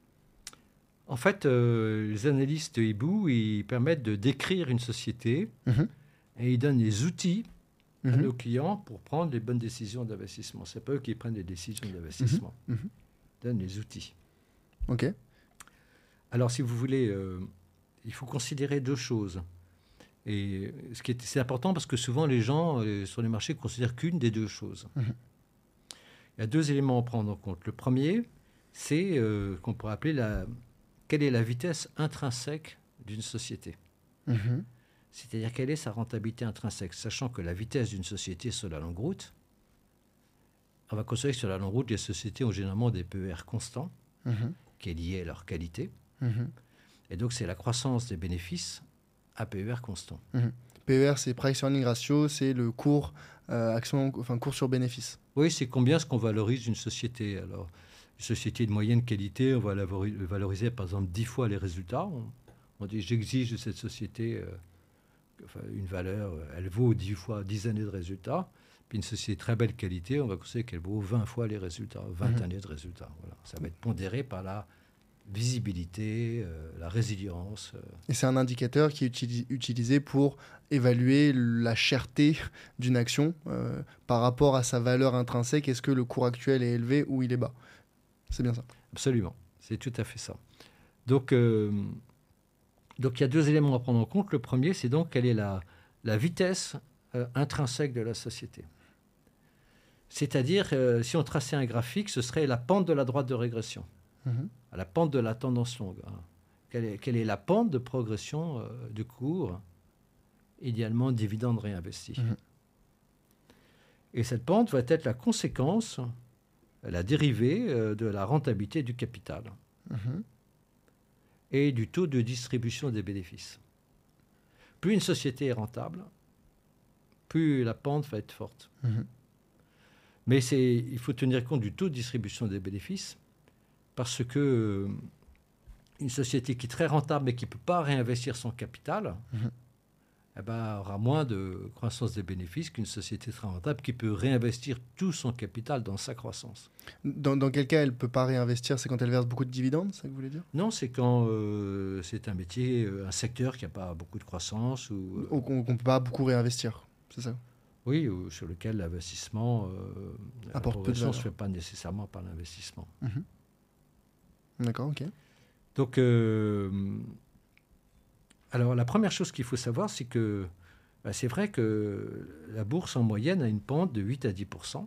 En fait, les analystes Hibou, ils permettent de décrire une société Mhm. et ils donnent les outils à Mhm. nos clients pour prendre les bonnes décisions d'investissement. C'est pas eux qui prennent les décisions d'investissement. Mhm. Ils donnent les outils. Ok. Alors, si vous voulez, il faut considérer deux choses. Et c'est important parce que souvent les gens sur les marchés considèrent qu'une des deux choses. Mhm. Il y a deux éléments à prendre en compte. Le premier, c'est qu'on pourrait appeler quelle est la vitesse intrinsèque d'une société. Mhm. C'est-à-dire quelle est sa rentabilité intrinsèque, sachant que la vitesse d'une société sur la longue route, on va considérer que sur la longue route, les sociétés ont généralement des PER constants, Mhm. qui est lié à leur qualité. Mhm. Et donc c'est la croissance des bénéfices à PER constant. Mhm. PER, c'est Price Earning Ratio, c'est le cours cours sur bénéfice. Oui, c'est combien ce qu'on valorise une société. Alors, une société de moyenne qualité, on va la valoriser par exemple 10 fois les résultats. On dit j'exige de cette société une valeur, elle vaut 10 fois 10 années de résultats. Puis une société de très belle qualité, on va considérer qu'elle vaut 20 fois les résultats, 20 années de résultats. Voilà. Ça va être pondéré par la visibilité, la résilience. Et c'est un indicateur qui est utilisé pour évaluer la cherté d'une action par rapport à sa valeur intrinsèque. Est-ce que le cours actuel est élevé ou il est bas? C'est bien ça. Absolument, c'est tout à fait ça. Donc il y a deux éléments à prendre en compte. Le premier, c'est donc quelle est la vitesse intrinsèque de la société. C'est-à-dire, si on traçait un graphique, ce serait la pente de la droite de régression, à la pente de la tendance longue. Hein. Quelle est la pente de progression du cours, idéalement dividende réinvesti. Et cette pente va être la conséquence, la dérivée de la rentabilité du capital et du taux de distribution des bénéfices. Plus une société est rentable, plus la pente va être forte. Mais il faut tenir compte du taux de distribution des bénéfices parce que une société qui est très rentable mais qui ne peut pas réinvestir son capital aura moins de croissance des bénéfices qu'une société très rentable qui peut réinvestir tout son capital dans sa croissance. Dans quel cas elle ne peut pas réinvestir? C'est quand elle verse beaucoup de dividendes, c'est ça que vous voulez dire? Non, c'est quand c'est un métier, un secteur qui n'a pas beaucoup de croissance. Ou qu'on ne peut pas beaucoup réinvestir, c'est ça? Oui, ou sur lequel l'investissement, la apporte peu de progression ne valeur. se fait pas nécessairement par l'investissement. D'accord, ok. Donc, alors la première chose qu'il faut savoir, c'est que c'est vrai que la bourse en moyenne a une pente de 8 à 10%.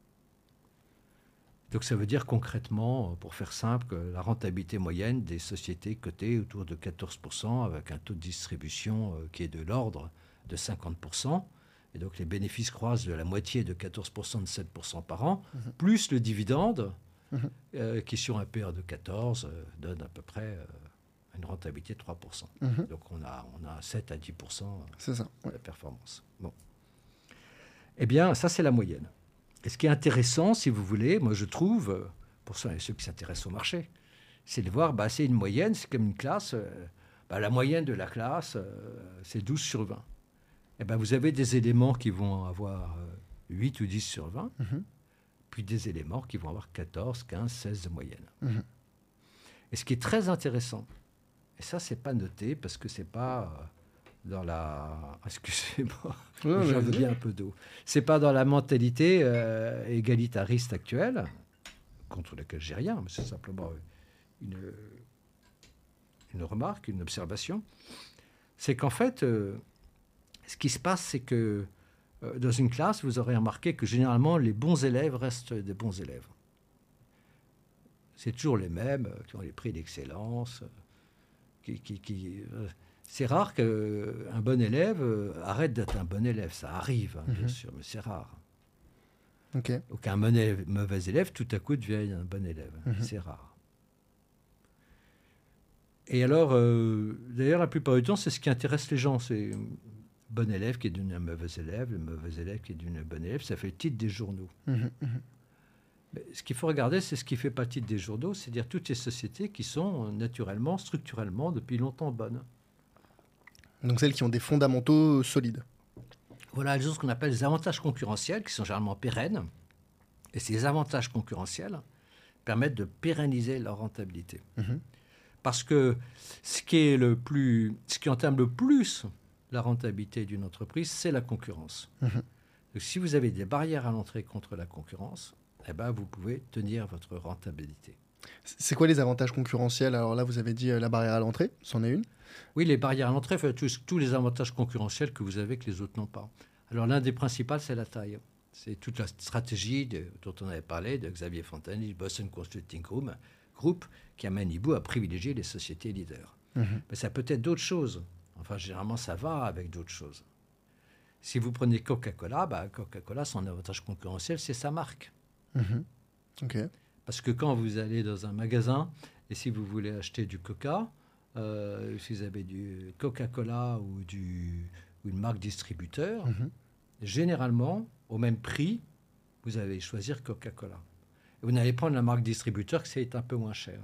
Donc ça veut dire concrètement, pour faire simple, que la rentabilité moyenne des sociétés cotées autour de 14% avec un taux de distribution qui est de l'ordre de 50%. Et donc les bénéfices croissent de la moitié de 14% de 7% par an, plus le dividende qui sur un PER de 14 donne à peu près une rentabilité de 3%. Donc on a 7 à 10% C'est ça, de la performance. Bon. Eh bien, ça c'est la moyenne. Et ce qui est intéressant, si vous voulez, moi je trouve, pour ceux qui s'intéressent au marché, c'est de voir, c'est une moyenne, c'est comme une classe. La moyenne de la classe, c'est 12 sur 20. Eh ben, vous avez des éléments qui vont avoir 8 ou 10 sur 20, puis des éléments qui vont avoir 14, 15, 16 de moyenne. Et ce qui est très intéressant, et ça, c'est pas noté parce que c'est pas dans la... Excusez-moi, j'en veux bien un peu d'eau. C'est pas dans la mentalité égalitariste actuelle, contre laquelle j'ai rien, mais c'est simplement une remarque, une observation. C'est qu'en fait, ce qui se passe, c'est que dans une classe, vous aurez remarqué que généralement, les bons élèves restent des bons élèves. C'est toujours les mêmes qui ont les prix d'excellence. C'est rare qu'un bon élève arrête d'être un bon élève. Ça arrive, bien sûr, mais c'est rare. Okay. Ou qu'un mauvais élève, tout à coup, devienne un bon élève. C'est rare. Et alors, d'ailleurs, la plupart du temps, c'est ce qui intéresse les gens. C'est un bon élève qui est devenu un mauvais élève, le mauvais élève qui est devenu un bon élève. Ça fait le titre des journaux. Mais ce qu'il faut regarder, c'est ce qui fait pas le titre des journaux, c'est-à-dire toutes les sociétés qui sont naturellement, structurellement, depuis longtemps bonnes. Donc celles qui ont des fondamentaux solides. Voilà, elles ont ce qu'on appelle les avantages concurrentiels, qui sont généralement pérennes. Et ces avantages concurrentiels permettent de pérenniser leur rentabilité. Parce que ce qui entame le plus la rentabilité d'une entreprise, c'est la concurrence. Donc, si vous avez des barrières à l'entrée contre la concurrence, eh ben, vous pouvez tenir votre rentabilité. C'est quoi les avantages concurrentiels? Alors là, vous avez dit la barrière à l'entrée, c'en est une. Oui, les barrières à l'entrée, tous les avantages concurrentiels que vous avez que les autres n'ont pas. Alors l'un des principaux, c'est la taille. C'est toute la stratégie dont on avait parlé de Xavier Fontaine, Boston Consulting Group, qui amène Ibu à privilégier les sociétés leaders. Mais ça peut être d'autres choses. Enfin, généralement, ça va avec d'autres choses. Si vous prenez Coca-Cola, Coca-Cola, son avantage concurrentiel, c'est sa marque. Okay. Parce que quand vous allez dans un magasin, et si vous voulez acheter du Coca, si vous avez du Coca-Cola ou une marque distributeur, généralement, au même prix, vous allez choisir Coca-Cola. Et vous n'allez prendre la marque distributeur que c'est un peu moins cher.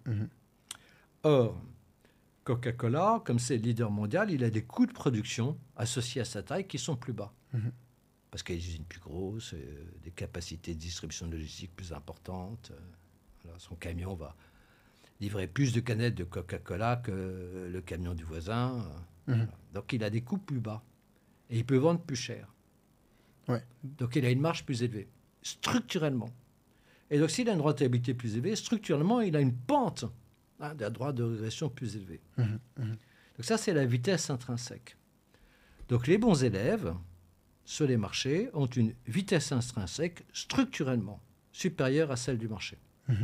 Or, Coca-Cola, comme c'est le leader mondial, il a des coûts de production associés à sa taille qui sont plus bas. Parce qu'il y a des usines plus grosses, des capacités de distribution logistique plus importantes. Voilà, son camion va livrer plus de canettes de Coca-Cola que le camion du voisin. Voilà. Donc il a des coûts plus bas. Et il peut vendre plus cher. Ouais. Donc il a une marge plus élevée, structurellement. Et donc s'il a une rentabilité plus élevée, structurellement, il a une pente d'un droit de régression plus élevé. Donc ça, c'est la vitesse intrinsèque. Donc les bons élèves sur les marchés ont une vitesse intrinsèque structurellement supérieure à celle du marché.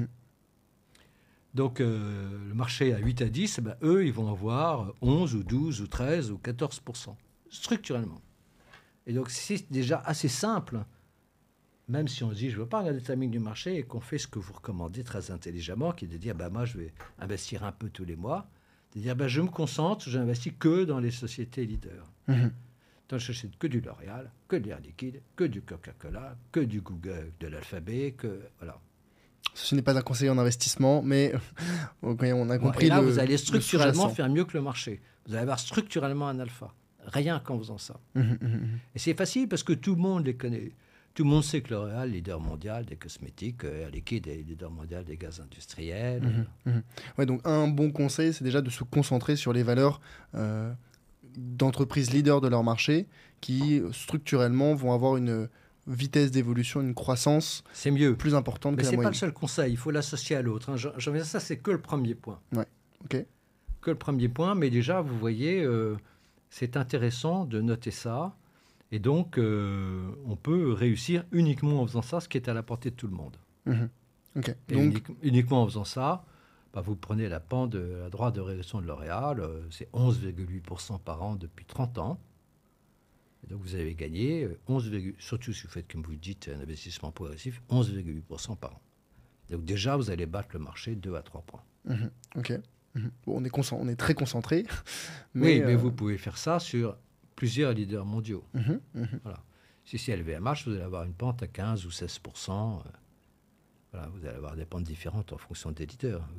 Donc le marché à 8 à 10, eux, ils vont avoir 11 ou 12 ou 13 ou 14%, structurellement. Et donc c'est déjà assez simple, même si on se dit je ne veux pas regarder le timing du marché et qu'on fait ce que vous recommandez très intelligemment, qui est de dire moi je vais investir un peu tous les mois, de dire je me concentre, je n'investis que dans les sociétés leaders. Donc je n'achète que du L'Oréal, que de l'Air Liquide, que du Coca-Cola, que du Google, de l'Alphabet, que voilà. Ce n'est pas un conseiller en investissement, mais on a compris. Et là, vous allez structurellement faire mieux que le marché. Vous allez avoir structurellement un alpha, rien qu'en faisant ça. Et c'est facile parce que tout le monde les connaît. Tout le monde sait que L'Oréal est leader mondial des cosmétiques, Air Liquide est leader mondial des gaz industriels. Ouais, donc un bon conseil, c'est déjà de se concentrer sur les valeurs d'entreprises leaders de leur marché qui, structurellement, vont avoir une vitesse d'évolution, une croissance plus importante que la moyenne. Mais ce n'est pas le seul conseil, il faut l'associer à l'autre. Ça, c'est que le premier point. Ouais, ok. Que le premier point, mais déjà, vous voyez, c'est intéressant de noter ça. Et donc, on peut réussir uniquement en faisant ça, ce qui est à la portée de tout le monde. Okay. Et donc, uniquement en faisant ça, vous prenez la pente de la droite de régression de L'Oréal, c'est 11,8% par an depuis 30 ans. Et donc, vous avez gagné surtout si vous faites, comme vous le dites, un investissement progressif, 11,8% par an. Donc déjà, vous allez battre le marché 2 à 3 points. Ok. Bon, on est très concentré. Mais vous pouvez faire ça sur plusieurs leaders mondiaux. Voilà. Si c'est LVMH, vous allez avoir une pente à 15 ou 16%. Voilà, vous allez avoir des pentes différentes en fonction des leaders.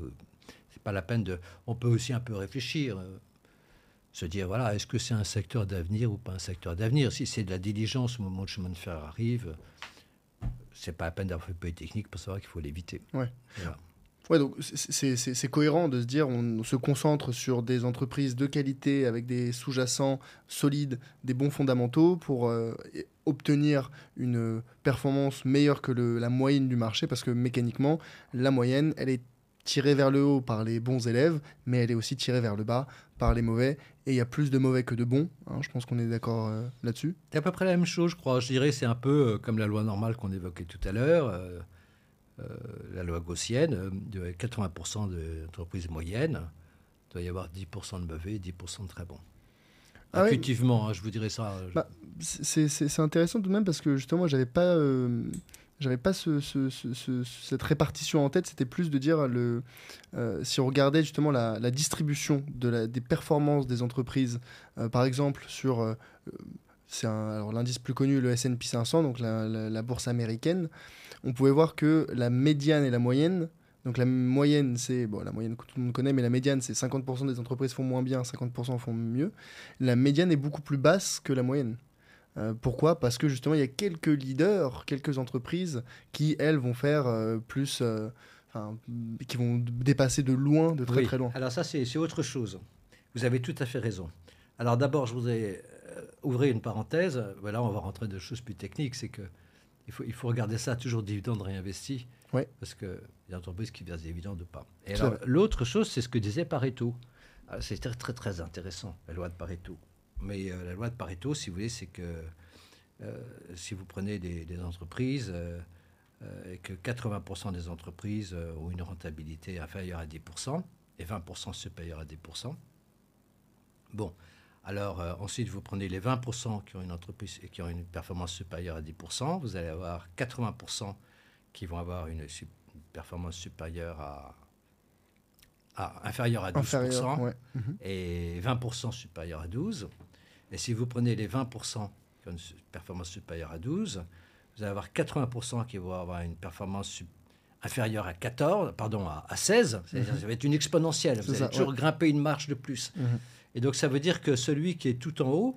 C'est pas la peine de... On peut aussi un peu réfléchir, se dire, voilà, est-ce que c'est un secteur d'avenir ou pas un secteur d'avenir? Si c'est de la diligence au moment où le chemin de fer arrive, c'est pas la peine d'avoir fait Polytechnique pour savoir qu'il faut l'éviter. Ouais. Voilà. Ouais, donc c'est cohérent de se dire on se concentre sur des entreprises de qualité avec des sous-jacents solides, des bons fondamentaux pour obtenir une performance meilleure que la moyenne du marché parce que mécaniquement, la moyenne, elle est tirée vers le haut par les bons élèves, mais elle est aussi tirée vers le bas par les mauvais. Et il y a plus de mauvais que de bons. Hein, je pense qu'on est d'accord là-dessus. C'est à peu près la même chose, je crois. Je dirais c'est un peu comme la loi normale qu'on évoquait tout à l'heure. La loi gaussienne, de 80% d'entreprises moyennes, il doit y avoir 10% de mauvais et 10% de très bons. Ah Intuitivement, je vous dirais ça. Bah, c'est intéressant tout de même parce que justement, moi, j'avais pas cette répartition en tête. C'était plus de dire, si on regardait justement la distribution des performances des entreprises, par exemple sur... alors l'indice plus connu, le S&P 500, donc la bourse américaine, on pouvait voir que la médiane et la moyenne, donc la moyenne, c'est, bon, la moyenne que tout le monde connaît, mais la médiane, c'est 50% des entreprises font moins bien, 50% font mieux. La médiane est beaucoup plus basse que la moyenne. Pourquoi? Parce que justement, il y a quelques leaders, quelques entreprises qui, elles, vont faire plus... qui vont dépasser de loin, de très très loin. Alors ça, c'est autre chose. Vous avez tout à fait raison. Alors d'abord, je voudrais ouvrir une parenthèse. Voilà, on va rentrer dans des choses plus techniques. C'est que il faut regarder ça toujours dividendes réinvestis. Ouais. Parce qu'il y a des entreprises qui versent des dividendes ou pas. Et alors, l'autre chose, c'est ce que disait Pareto. C'est très, très, très intéressant, la loi de Pareto. Mais la loi de Pareto, si vous voulez, c'est que si vous prenez des entreprises et que 80% des entreprises ont une rentabilité inférieure à 10% et 20% supérieure à 10%, bon, alors ensuite vous prenez les 20% qui ont une entreprise et qui ont une performance supérieure à 10%, vous allez avoir 80% qui vont avoir une performance supérieure inférieure à 12%, ouais. Et 20% supérieure à 12%. Et si vous prenez les 20% qui ont une performance supérieure à 12%, vous allez avoir 80% qui vont avoir une performance inférieure à 16%. C'est-à-dire ça va être une exponentielle. Vous allez toujours grimper une marche de plus. Et donc ça veut dire que celui qui est tout en haut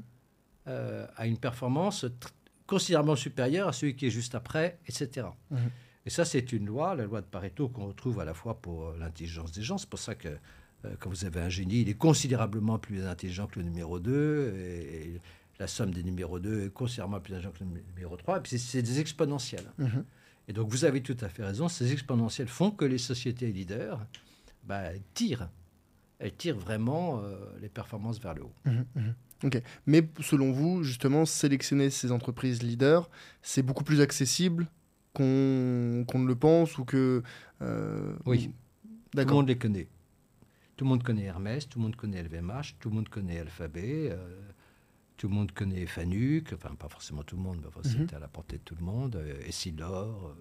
a une performance considérablement supérieure à celui qui est juste après, etc. Et ça, c'est une loi, la loi de Pareto, qu'on retrouve à la fois pour l'intelligence des gens. C'est pour ça que quand vous avez un génie, il est considérablement plus intelligent que le numéro 2, et la somme des numéros 2 est considérablement plus intelligente que le numéro 3, et puis c'est des exponentielles. Et donc vous avez tout à fait raison, ces exponentielles font que les sociétés leaders elles tirent vraiment les performances vers le haut. Ok. Mais selon vous, justement, sélectionner ces entreprises leaders, c'est beaucoup plus accessible qu'on ne le pense ou que... Oui, tout le monde les connaît. Tout le monde connaît Hermès, tout le monde connaît LVMH, tout le monde connaît Alphabet, tout le monde connaît Fanuc, enfin pas forcément tout le monde, mais c'est à la portée de tout le monde, Essilor,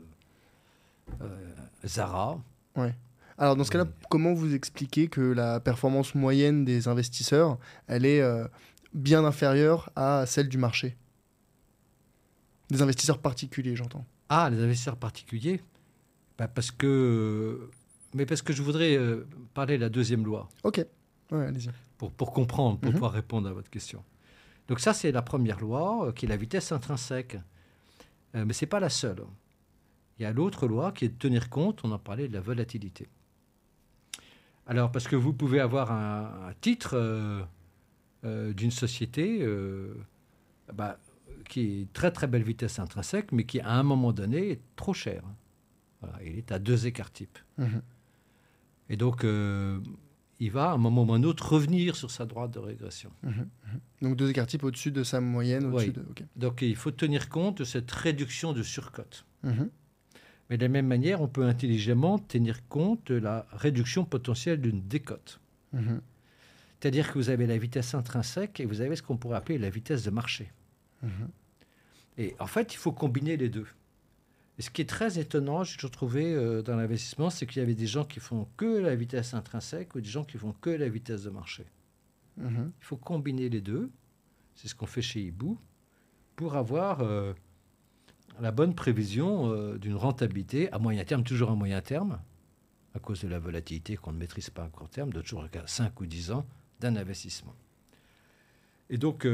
Zara. Ouais. Alors dans ce cas-là, comment vous expliquez que la performance moyenne des investisseurs, elle est bien inférieure à celle du marché? Des investisseurs particuliers, j'entends. Ah, les investisseurs particuliers? Parce que je voudrais parler de la deuxième loi. Ok, ouais, allez-y. Pour comprendre, pour pouvoir répondre à votre question. Donc ça, c'est la première loi, qui est la vitesse intrinsèque. Mais ce n'est pas la seule. Il y a l'autre loi qui est de tenir compte, on en parlait, de la volatilité. Alors, parce que vous pouvez avoir un titre d'une société qui est très très belle vitesse intrinsèque, mais qui à un moment donné est trop cher. Voilà, il est à 2 écarts types. Et donc, il va à un moment ou à un autre revenir sur sa droite de régression. Donc 2 écarts types au-dessus de sa moyenne. Oui. Donc il faut tenir compte de cette réduction de surcote. Mais de la même manière, on peut intelligemment tenir compte de la réduction potentielle d'une décote. C'est-à-dire que vous avez la vitesse intrinsèque et vous avez ce qu'on pourrait appeler la vitesse de marché. Et en fait, il faut combiner les deux. Et ce qui est très étonnant, j'ai toujours trouvé dans l'investissement, c'est qu'il y avait des gens qui font que la vitesse intrinsèque ou des gens qui font que la vitesse de marché. Il faut combiner les deux. C'est ce qu'on fait chez Hibou pour avoir la bonne prévision d'une rentabilité à moyen terme, toujours à moyen terme, à cause de la volatilité qu'on ne maîtrise pas à court terme, d'autres jours à 5 ou 10 ans d'un investissement. Et donc,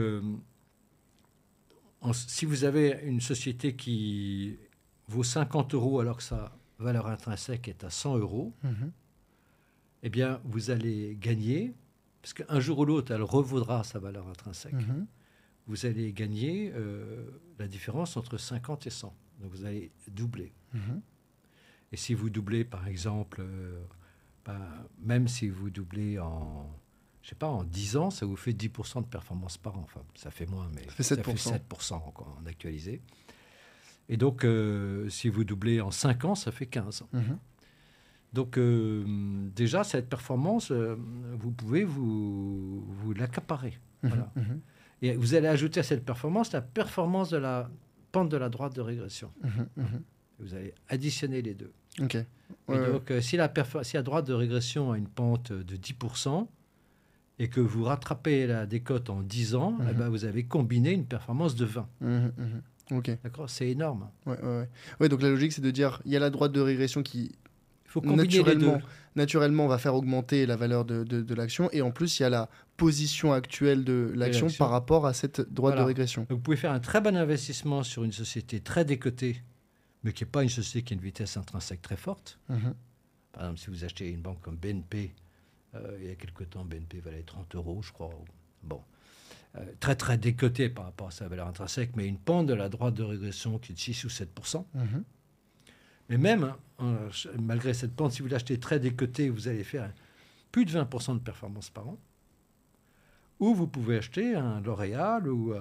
si vous avez une société qui vaut 50 € alors que sa valeur intrinsèque est à 100 €, eh bien, vous allez gagner, parce qu'un jour ou l'autre, elle revaudra sa valeur intrinsèque. Vous allez gagner la différence entre 50 et 100. Donc, vous allez doubler. Et si vous doublez, par exemple, même si vous doublez en 10 ans, ça vous fait 10% de performance par an. Enfin, ça fait moins, mais ça fait 7% en actualisé. Et donc, si vous doublez en 5 ans, ça fait 15. Donc, déjà, cette performance, vous pouvez vous l'accaparer. Voilà. Et vous allez ajouter à cette performance la performance de la pente de la droite de régression. Vous allez additionner les deux. Okay. Et donc, si la droite de régression a une pente de 10% et que vous rattrapez la décote en 10 ans, eh ben, vous avez combiné une performance de 20. Okay. D'accord, c'est énorme. Ouais, donc la logique, c'est de dire il y a la droite de régression qui faut naturellement va faire augmenter la valeur de l'action, et en plus il y a la position actuelle de l'action par rapport à cette droite de régression. Donc, vous pouvez faire un très bon investissement sur une société très décotée, mais qui n'est pas une société qui a une vitesse intrinsèque très forte. Par exemple, si vous achetez une banque comme BNP, il y a quelque temps, BNP valait 30 €, je crois. Bon, très très décotée par rapport à sa valeur intrinsèque, mais une pente de la droite de régression qui est de 6 ou 7%. Mais même, malgré cette pente, si vous l'achetez très décoté, vous allez faire plus de 20% de performance par an. Ou vous pouvez acheter un L'Oréal ou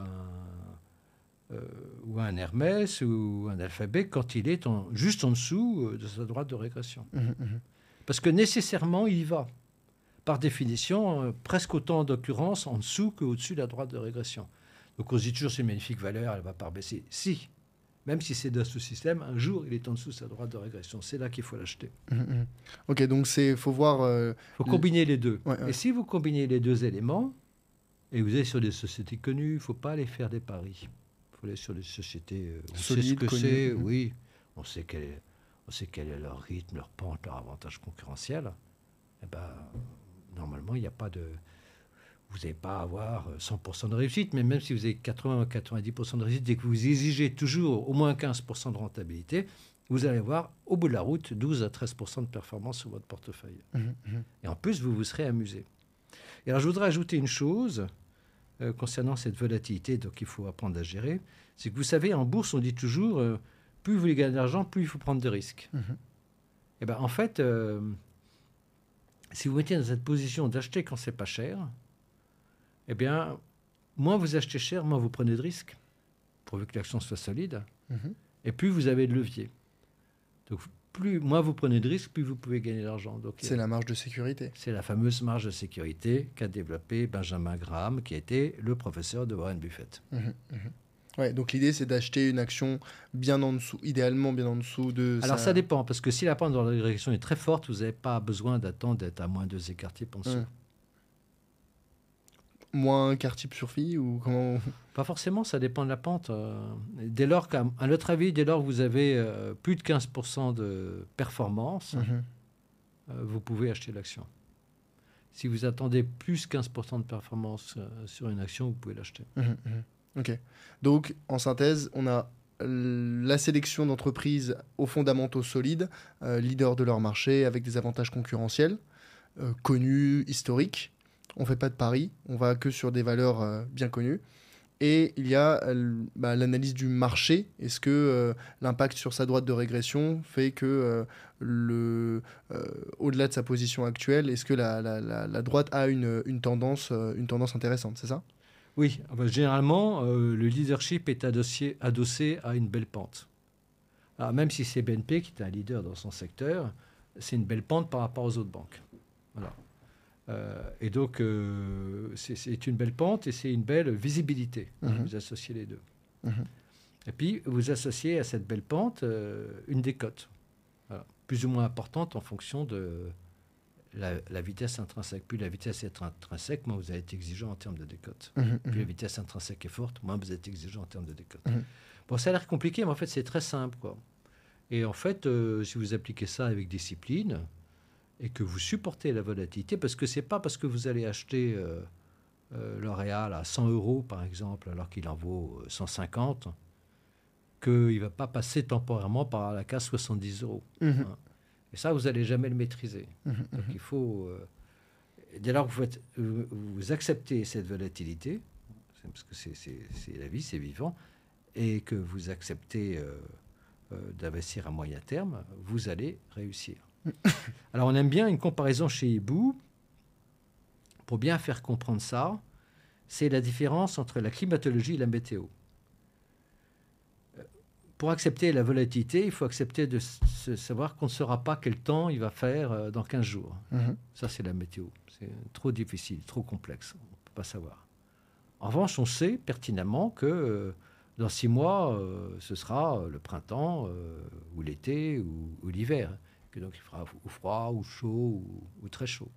un Hermès ou un Alphabet quand il est juste en dessous de sa droite de régression. Parce que nécessairement, il y va. Par définition, presque autant d'occurrences en dessous qu'au-dessus de la droite de régression. Donc on se dit toujours c'est une magnifique valeur, elle ne va pas baisser. Si, même si c'est dans ce système, un jour il est en dessous de sa droite de régression. C'est là qu'il faut l'acheter. Ok, donc il faut voir... faut combiner les deux. Ouais. Et si vous combinez les deux éléments, et vous êtes sur des sociétés connues, il ne faut pas aller faire des paris. Il faut aller sur des sociétés... on solides, sait ce que connues. c'est, oui. On sait quel est leur rythme, leur pente, leur avantage concurrentiel. Eh ben, normalement, il n'y a pas de... Vous n'allez pas avoir 100% de réussite, mais même si vous avez 80 ou 90% de réussite et que vous exigez toujours au moins 15% de rentabilité, vous allez avoir, au bout de la route, 12 à 13% de performance sur votre portefeuille. Et en plus, vous vous serez amusé. Et alors, je voudrais ajouter une chose concernant cette volatilité, donc il faut apprendre à gérer. C'est que vous savez, en bourse, on dit toujours, plus vous voulez gagner d'argent, plus il faut prendre de risques. Et ben, en fait, si vous mettez dans cette position d'acheter quand c'est pas cher, eh bien, moins vous achetez cher, moins vous prenez de risques, pourvu que l'action soit solide, et plus vous avez de levier. Donc, moins vous prenez de risques, plus vous pouvez gagner de l'argent. Donc, c'est la marge de sécurité. C'est la fameuse marge de sécurité qu'a développée Benjamin Graham, qui a été le professeur de Warren Buffett. Ouais, donc l'idée, c'est d'acheter une action bien en dessous, idéalement bien en dessous de... Alors, ça dépend, parce que si la pente dans la direction est très forte, vous n'avez pas besoin d'attendre d'être à moins 2 écart-types en dessous. Moins quart-type sur phi ou comment? Pas forcément, ça dépend de la pente. Dès lors qu'à notre avis, dès lors que vous avez plus de 15% de performance, vous pouvez acheter l'action. Si vous attendez plus 15% de performance sur une action, vous pouvez l'acheter. Ok. Donc, en synthèse, on a la sélection d'entreprises aux fondamentaux solides, leaders de leur marché, avec des avantages concurrentiels, connus, historiques. On ne fait pas de paris, on va que sur des valeurs bien connues. Et il y a l'analyse du marché. Est-ce que l'impact sur sa droite de régression fait que, au-delà de sa position actuelle, est-ce que la droite a une tendance intéressante, c'est ça? Oui, généralement, le leadership est adossé à une belle pente. Alors, même si c'est BNP qui est un leader dans son secteur, c'est une belle pente par rapport aux autres banques. Voilà. Et donc, c'est une belle pente et c'est une belle visibilité. Vous associez les deux. Et puis, vous associez à cette belle pente une décote, voilà, plus ou moins importante en fonction de la vitesse intrinsèque. Plus la vitesse est intrinsèque, moins vous allez être exigeant en termes de décote. Plus la vitesse intrinsèque est forte, moins vous êtes exigeant en termes de décote. Bon, ça a l'air compliqué, mais en fait, c'est très simple, quoi. Et en fait, si vous appliquez ça avec discipline, et que vous supportez la volatilité, parce que ce n'est pas parce que vous allez acheter L'Oréal à 100 euros, par exemple, alors qu'il en vaut 150, qu'il ne va pas passer temporairement par la case 70 euros. Mhm. Hein. Et ça, vous n'allez jamais le maîtriser. Donc il faut... dès lors que vous acceptez cette volatilité, parce que c'est la vie, c'est vivant, et que vous acceptez d'investir à moyen terme, vous allez réussir. Alors on aime bien une comparaison chez Hibou. Pour bien faire comprendre ça, c'est la différence entre la climatologie et la météo. Pour accepter la volatilité, il faut accepter de savoir qu'on ne saura pas quel temps il va faire dans 15 jours. Ça, c'est la météo. C'est trop difficile, trop complexe. On ne peut pas savoir. En revanche, on sait pertinemment que dans 6 mois, ce sera le printemps ou l'été ou l'hiver. Que donc il fera ou froid, ou chaud, ou très chaud.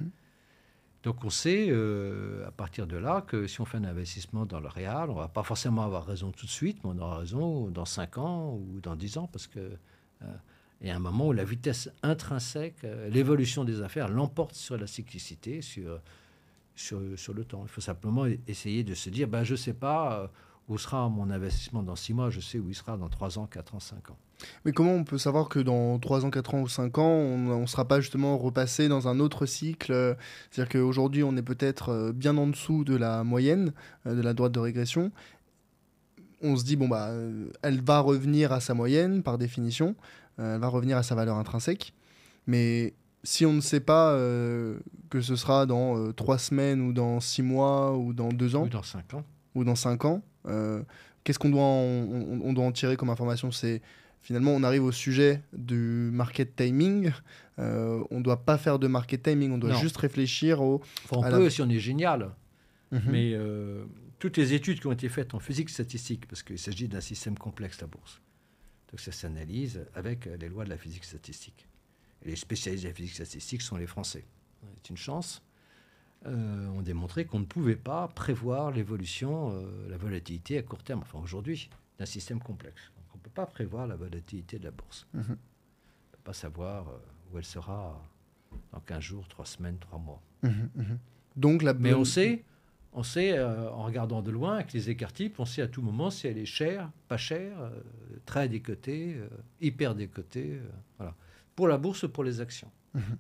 Donc on sait, à partir de là, que si on fait un investissement dans L'Oréal, on ne va pas forcément avoir raison tout de suite, mais on aura raison dans 5 ans ou dans 10 ans, parce qu'il y a un moment où la vitesse intrinsèque, l'évolution des affaires l'emporte sur la cyclicité, sur le temps. Il faut simplement essayer de se dire, je ne sais pas où sera mon investissement dans 6 mois, je sais où il sera dans 3 ans, 4 ans, 5 ans. Mais comment on peut savoir que dans 3 ans, 4 ans ou 5 ans, on ne sera pas justement repassé dans un autre cycle? C'est-à-dire qu'aujourd'hui, on est peut-être bien en dessous de la moyenne, de la droite de régression. On se dit, elle va revenir à sa moyenne, par définition. Elle va revenir à sa valeur intrinsèque. Mais si on ne sait pas que ce sera dans 3 semaines ou dans 6 mois ou dans 2 ans... Ou dans 5 ans. Ou dans 5 ans, qu'est-ce qu'on doit on doit en tirer comme information? C'est finalement, on arrive au sujet du market timing. On ne doit pas faire de market timing, on doit juste réfléchir au... On peut si on est génial. Mais toutes les études qui ont été faites en physique statistique, parce qu'il s'agit d'un système complexe, la bourse. Donc ça s'analyse avec les lois de la physique statistique. Et les spécialistes de la physique statistique sont les Français. C'est une chance. On démontrait qu'on ne pouvait pas prévoir l'évolution, la volatilité à court terme, enfin aujourd'hui, d'un système complexe. Donc on ne peut pas prévoir la volatilité de la bourse. On ne peut pas savoir où elle sera dans 15 jours, 3 semaines, 3 mois. Donc, mais on sait en regardant de loin, avec les écarts types, on sait à tout moment si elle est chère, pas chère, très décotée, hyper décotée. Voilà. Pour la bourse, pour les actions.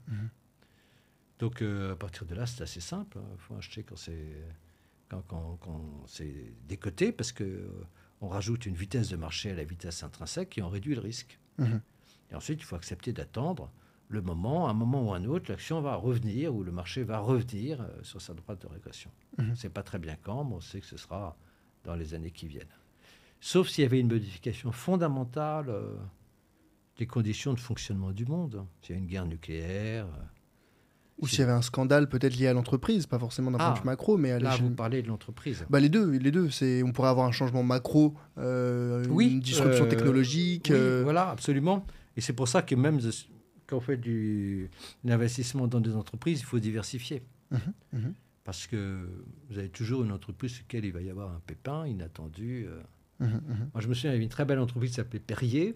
Donc, à partir de là, c'est assez simple. Il faut acheter quand c'est décoté, parce qu'on rajoute une vitesse de marché à la vitesse intrinsèque et on réduit le risque. Et ensuite, il faut accepter d'attendre un moment ou un autre, l'action va revenir ou le marché va revenir sur sa droite de régression. On ne sait pas très bien quand, mais on sait que ce sera dans les années qui viennent. Sauf s'il y avait une modification fondamentale des conditions de fonctionnement du monde. S'il y a une guerre nucléaire... Ou s'il y avait un scandale peut-être lié à l'entreprise, pas forcément d'un point de vue macro, mais à l'échelle... Là, vous parlez de l'entreprise. Les deux. On pourrait avoir un changement macro, une disruption technologique. Oui, voilà, absolument. Et c'est pour ça que même quand on fait l'investissement dans des entreprises, il faut diversifier. Parce que vous avez toujours une entreprise sur laquelle il va y avoir un pépin inattendu. Moi, je me souviens, il y avait une très belle entreprise qui s'appelait Perrier,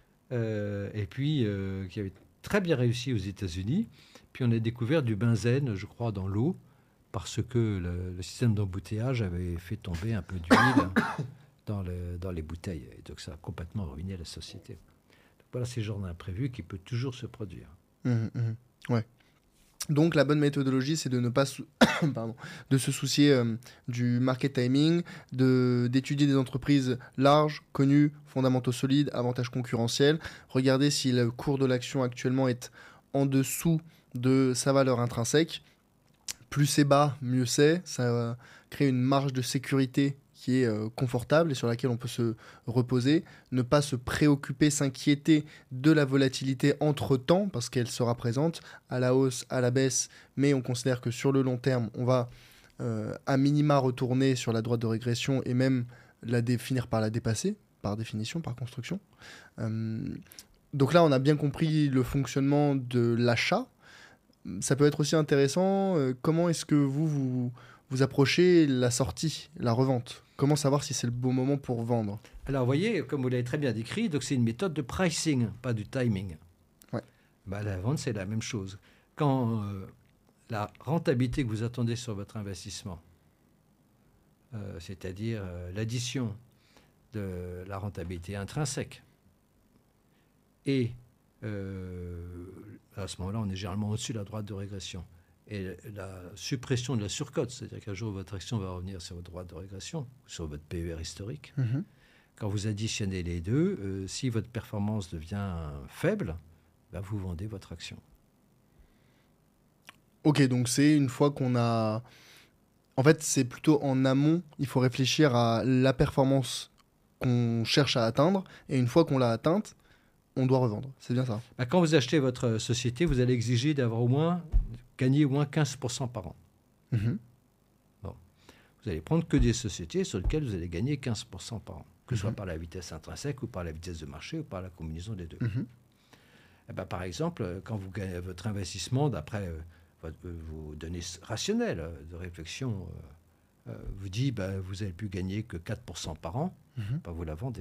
et puis qui avait très bien réussi aux États-Unis. Puis on a découvert du benzène, je crois, dans l'eau, parce que le système d'embouteillage avait fait tomber un peu d'huile dans les bouteilles. Et donc ça a complètement ruiné la société. Donc voilà, c'est le genre d'imprévu qui peut toujours se produire. Ouais. Donc la bonne méthodologie, c'est de ne pas de se soucier du market timing, d'étudier des entreprises larges, connues, fondamentaux solides, avantages concurrentiels. Regardez si le cours de l'action actuellement est en dessous de sa valeur intrinsèque. Plus c'est bas, mieux c'est. Ça crée une marge de sécurité qui est confortable et sur laquelle on peut se reposer. Ne pas se préoccuper, s'inquiéter de la volatilité entre-temps, parce qu'elle sera présente à la hausse, à la baisse, mais on considère que sur le long terme, on va à minima retourner sur la droite de régression et même finir par la dépasser, par définition, par construction. Donc là, on a bien compris le fonctionnement de l'achat. Ça peut être aussi intéressant. Comment est-ce que vous approchez la sortie, la revente? Comment savoir si c'est le bon moment pour vendre? Alors, vous voyez, comme vous l'avez très bien décrit, donc c'est une méthode de pricing, pas du timing. Ouais. La vente, c'est la même chose. Quand la rentabilité que vous attendez sur votre investissement, c'est-à-dire l'addition de la rentabilité intrinsèque, et à ce moment-là, on est généralement au-dessus de la droite de régression. Et la suppression de la surcote, c'est-à-dire qu'un jour votre action va revenir sur votre droite de régression, sur votre PER historique. Quand vous additionnez les deux, si votre performance devient faible, vous vendez votre action. Ok, donc c'est une fois qu'on a... En fait, c'est plutôt en amont, il faut réfléchir à la performance qu'on cherche à atteindre, et une fois qu'on l'a atteinte, on doit revendre. C'est bien ça? Quand vous achetez votre société, vous allez exiger d'avoir gagner au moins 15% par an. Vous allez prendre que des sociétés sur lesquelles vous allez gagner 15% par an, que ce soit par la vitesse intrinsèque ou par la vitesse de marché ou par la combinaison des deux. Par exemple, quand vous gagnez votre investissement, d'après vos données rationnelles de réflexion, vous dit vous n'avez plus gagner que 4% par an, vous la vendez.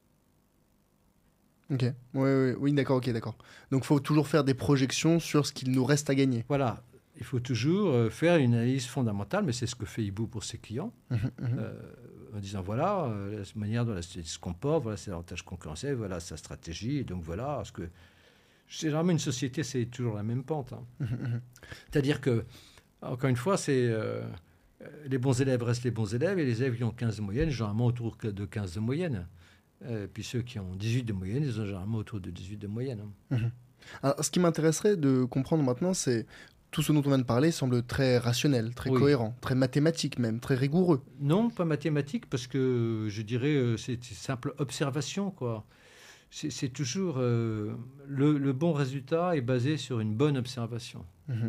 Ok, oui, d'accord. Donc il faut toujours faire des projections sur ce qu'il nous reste à gagner. Voilà, il faut toujours faire une analyse fondamentale, mais c'est ce que fait Hibou pour ses clients, en disant voilà la manière dont la société se comporte, voilà ses avantages concurrentiels, voilà sa stratégie, et donc voilà ce que... Généralement, une société, c'est toujours la même pente. C'est-à-dire que, encore une fois, c'est les bons élèves restent les bons élèves, et les élèves qui ont 15 de moyenne, généralement autour de 15 de moyenne. Puis ceux qui ont 18 de moyenne, ils ont généralement autour de 18 de moyenne. Alors, ce qui m'intéresserait de comprendre maintenant, c'est tout ce dont on vient de parler semble très rationnel, très cohérent, très mathématique même, très rigoureux. Non, pas mathématique, parce que je dirais c'est simple observation, quoi. C'est toujours... le bon résultat est basé sur une bonne observation.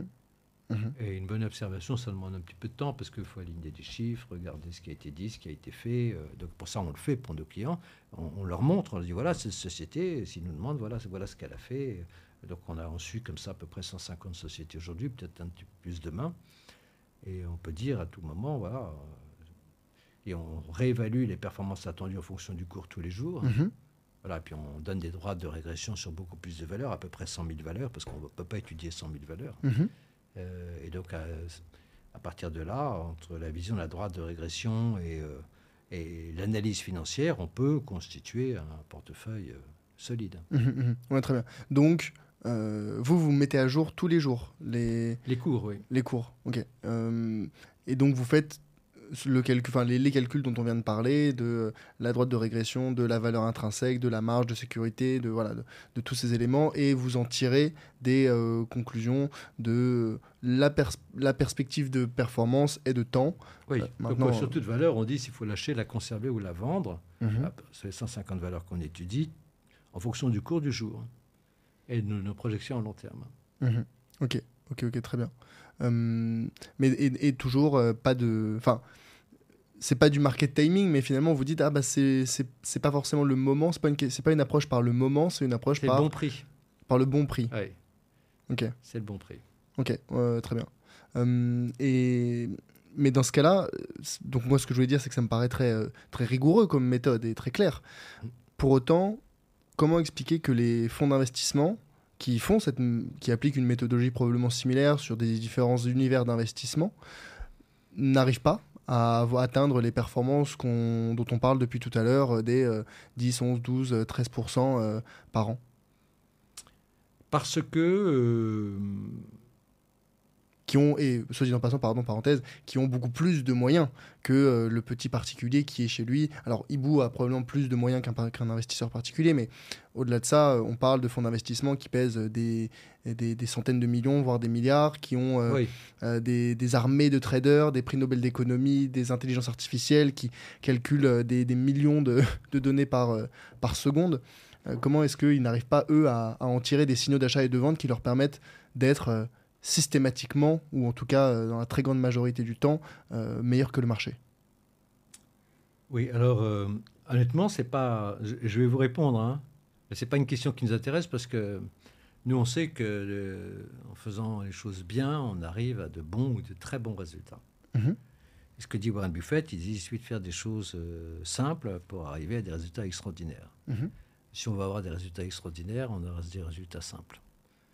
Et une bonne observation, ça demande un petit peu de temps, parce qu'il faut aligner des chiffres, regarder ce qui a été dit, ce qui a été fait. Donc pour ça, on le fait pour nos clients. On leur montre, on leur dit, voilà, cette société, s'ils nous demandent, voilà ce qu'elle a fait. Donc on a reçu comme ça à peu près 150 sociétés aujourd'hui, peut-être un petit peu plus demain. Et on peut dire à tout moment, voilà... et on réévalue les performances attendues en fonction du cours tous les jours. Voilà, puis on donne des droits de régression sur beaucoup plus de valeurs, à peu près 100 000 valeurs, parce qu'on ne peut pas étudier 100 000 valeurs. Et donc, à partir de là, entre la vision de la droite de régression et l'analyse financière, on peut constituer un portefeuille solide. Ouais, très bien. Donc, vous mettez à jour tous les jours les cours, oui. Les cours, ok. Et donc, vous faites les calculs dont on vient de parler, de la droite de régression, de la valeur intrinsèque, de la marge de sécurité, de tous ces éléments, et vous en tirez des conclusions de la perspective de performance et de temps. Oui, donc sur toute valeur, on dit s'il faut lâcher, la conserver ou la vendre. C'est les 150 valeurs qu'on étudie en fonction du cours du jour et de nos projections à long terme. Ok, très bien. Mais toujours pas de... Enfin, c'est pas du market timing, mais finalement, vous dites, c'est pas forcément le moment, c'est pas une approche par le moment, c'est une approche par... le bon prix. Par le bon prix. Oui. Ok. C'est le bon prix. Ok, très bien. Mais dans ce cas-là, donc moi, ce que je voulais dire, c'est que ça me paraît très rigoureux comme méthode et très clair. Pour autant, comment expliquer que les fonds d'investissement qui appliquent une méthodologie probablement similaire sur des différents univers d'investissement n'arrivent pas à atteindre les performances dont on parle depuis tout à l'heure, des 10, 11, 12, 13% par an? Parce que... qui ont, et soit dit en passant, pardon, parenthèse, qui ont beaucoup plus de moyens que le petit particulier qui est chez lui. Alors, Hibou a probablement plus de moyens qu'un investisseur particulier, mais au-delà de ça, on parle de fonds d'investissement qui pèsent des centaines de millions, voire des milliards, qui ont des armées de traders, des prix Nobel d'économie, des intelligences artificielles qui calculent des millions de données par seconde. Comment est-ce qu'ils n'arrivent pas, eux, à en tirer des signaux d'achat et de vente qui leur permettent d'être... systématiquement, ou en tout cas dans la très grande majorité du temps, meilleur que le marché? Oui, alors honnêtement, c'est pas... Je vais vous répondre, mais c'est pas une question qui nous intéresse parce que nous, on sait que en faisant les choses bien, on arrive à de bons ou de très bons résultats. Et ce que dit Warren Buffett, il dit il suffit de faire des choses simples pour arriver à des résultats extraordinaires. Si on veut avoir des résultats extraordinaires, on aura des résultats simples.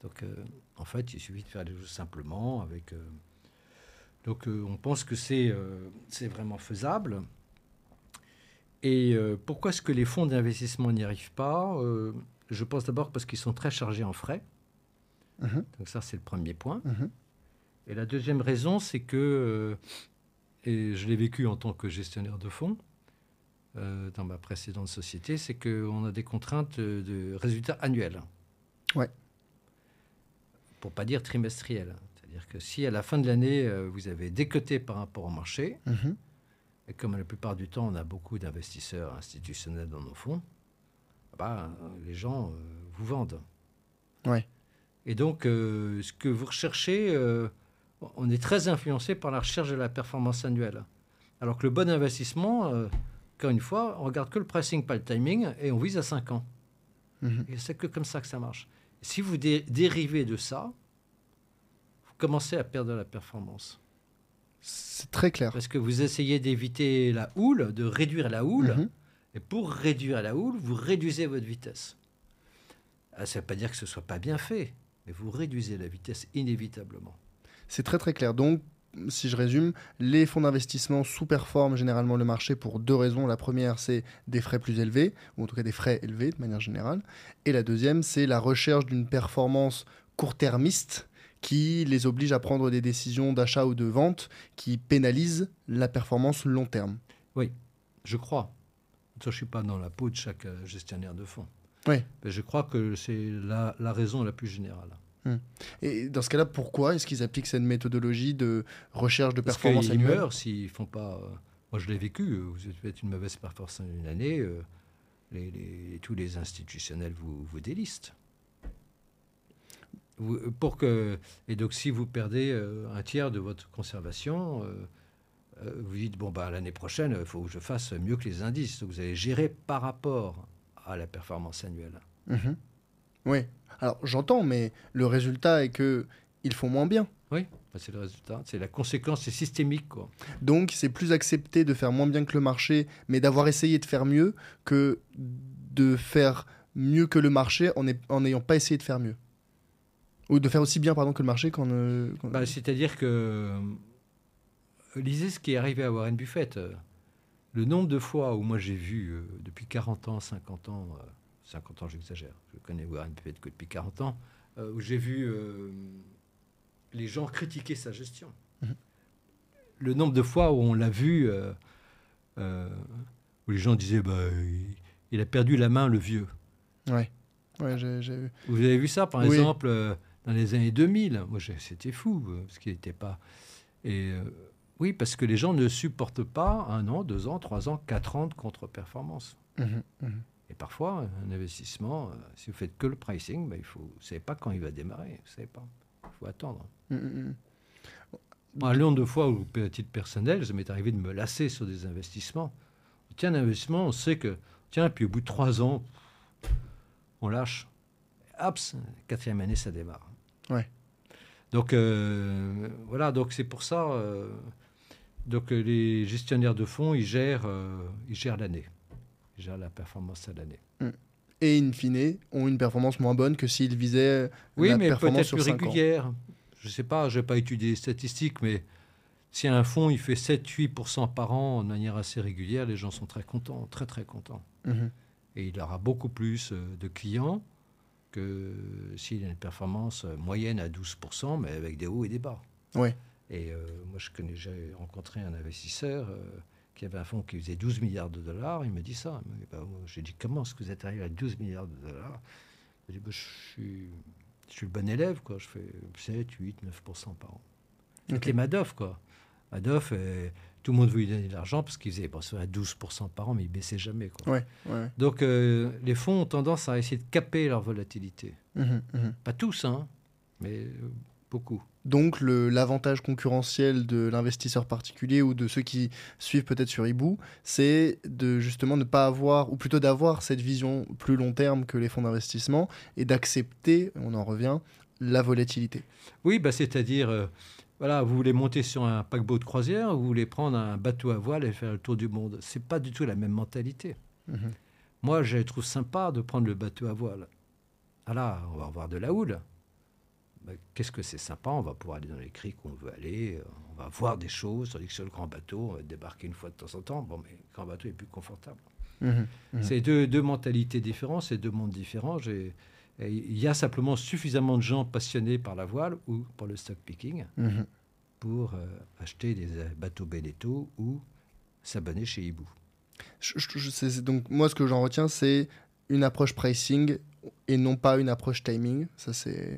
Donc, en fait, il suffit de faire les choses simplement. Donc, on pense que c'est vraiment faisable. Et pourquoi est-ce que les fonds d'investissement n'y arrivent pas? Je pense d'abord parce qu'ils sont très chargés en frais. Donc ça, c'est le premier point. Et la deuxième raison, c'est que, et je l'ai vécu en tant que gestionnaire de fonds, dans ma précédente société, c'est qu'on a des contraintes de résultats annuels. Ouais. Pour ne pas dire trimestriels. C'est-à-dire que si à la fin de l'année, vous avez décoté par rapport au marché, et comme la plupart du temps, on a beaucoup d'investisseurs institutionnels dans nos fonds, les gens vous vendent. Ouais. Et donc, ce que vous recherchez, on est très influencé par la recherche de la performance annuelle. Alors que le bon investissement, encore une fois, on regarde que le pricing, pas le timing, et on vise à 5 ans. Et c'est que comme ça que ça marche. Et si vous dérivez de ça, vous commencez à perdre de la performance. C'est très clair. Parce que vous essayez d'éviter la houle, de réduire la houle, et pour réduire la houle, vous réduisez votre vitesse. Ça ne veut pas dire que ce ne soit pas bien fait, mais vous réduisez la vitesse inévitablement. C'est très très clair. Donc, si je résume, les fonds d'investissement sous-performent généralement le marché pour deux raisons. La première, c'est des frais plus élevés, ou en tout cas des frais élevés de manière générale. Et la deuxième, c'est la recherche d'une performance court-termiste qui les oblige à prendre des décisions d'achat ou de vente qui pénalisent la performance long terme. Oui, je crois. Je ne suis pas dans la peau de chaque gestionnaire de fonds. Oui. Mais je crois que c'est la raison la plus générale. Et dans ce cas-là, pourquoi est-ce qu'ils appliquent cette méthodologie de recherche de performance annuelle? Parce qu'ils annuelle? meurent s'ils ne font pas... moi, je l'ai vécu. Vous faites une mauvaise performance en une année, tous les institutionnels vous délistent. Et donc, si vous perdez un tiers de votre conservation, vous dites, l'année prochaine, il faut que je fasse mieux que les indices. Donc, vous allez gérer par rapport à la performance annuelle. Oui. Alors, j'entends, mais le résultat est qu'ils font moins bien. Oui, c'est le résultat. C'est la conséquence, c'est systémique, quoi. Donc, c'est plus accepté de faire moins bien que le marché, mais d'avoir essayé de faire mieux que de faire mieux que le marché en n'ayant pas essayé de faire mieux. Ou de faire aussi bien, que le marché c'est-à-dire que... lisez ce qui est arrivé à Warren Buffett. Le nombre de fois où moi j'ai vu, depuis 40 ans, 50 ans... 50 ans, j'exagère. Je connais Warren Buffett que depuis 40 ans, où j'ai vu les gens critiquer sa gestion. Le nombre de fois où on l'a vu, où les gens disaient il a perdu la main, le vieux. Ouais, j'ai vu. Vous avez vu ça, par exemple, dans les années 2000. Moi, c'était fou, parce qu'il n'était pas... oui, parce que les gens ne supportent pas 1 an, 2 ans, 3 ans, 4 ans de contre-performance. Et parfois, un investissement, si vous faites que le pricing, vous ne savez pas quand il va démarrer. Vous savez pas. Il faut attendre. Un nombre de fois où, à titre personnel, ça m'est arrivé de me lasser sur des investissements. Tiens, un investissement, on sait que... puis au bout de 3 ans, on lâche. Hop, 4e année, ça démarre. Ouais. Donc, voilà. Donc, c'est pour ça... donc, les gestionnaires de fonds, ils gèrent l'année. Gère la performance à l'année. Et in fine, ont une performance moins bonne que s'ils visaient la performance sur 5 ans. Oui, mais peut-être plus régulière. Je ne sais pas, je n'ai pas étudié les statistiques, mais si un fonds il fait 7-8% par an de manière assez régulière, les gens sont très contents, très très contents. Et il aura beaucoup plus de clients que s'il a une performance moyenne à 12%, mais avec des hauts et des bas. Ouais. Et moi, j'ai rencontré un investisseur... qui avait un fonds qui faisait 12 milliards de dollars, il me dit ça. J'ai dit, comment est-ce que vous êtes arrivé à 12 milliards de dollars? Il dit, je suis le bon élève, quoi. Je fais 7, 8, 9% par an. C'était Madoff, quoi. Madoff, tout le monde voulait lui donner de l'argent parce qu'il faisait à 12% par an, mais il ne baissait jamais, quoi. Ouais. Donc, les fonds ont tendance à essayer de caper leur volatilité. Pas tous, mais beaucoup. Donc, l'avantage concurrentiel de l'investisseur particulier ou de ceux qui suivent peut-être sur Hibou, c'est de justement ne pas avoir, ou plutôt d'avoir cette vision plus long terme que les fonds d'investissement et d'accepter, on en revient, la volatilité. Oui, c'est-à-dire, vous voulez monter sur un paquebot de croisière ou vous voulez prendre un bateau à voile et faire le tour du monde. Ce n'est pas du tout la même mentalité. Moi, je trouve sympa de prendre le bateau à voile. On va avoir de la houle. qu'est-ce que c'est sympa, on va pouvoir aller dans les criques où on veut aller, on va voir des choses, tandis que sur le grand bateau, on va débarquer une fois de temps en temps. Bon, mais le grand bateau est plus confortable. C'est deux mentalités différentes, c'est deux mondes différents. Il y a simplement suffisamment de gens passionnés par la voile ou par le stock picking pour acheter des bateaux Beneteau ou s'abonner chez Hibou. Donc, moi, ce que j'en retiens, c'est une approche pricing et non pas une approche timing. Ça, c'est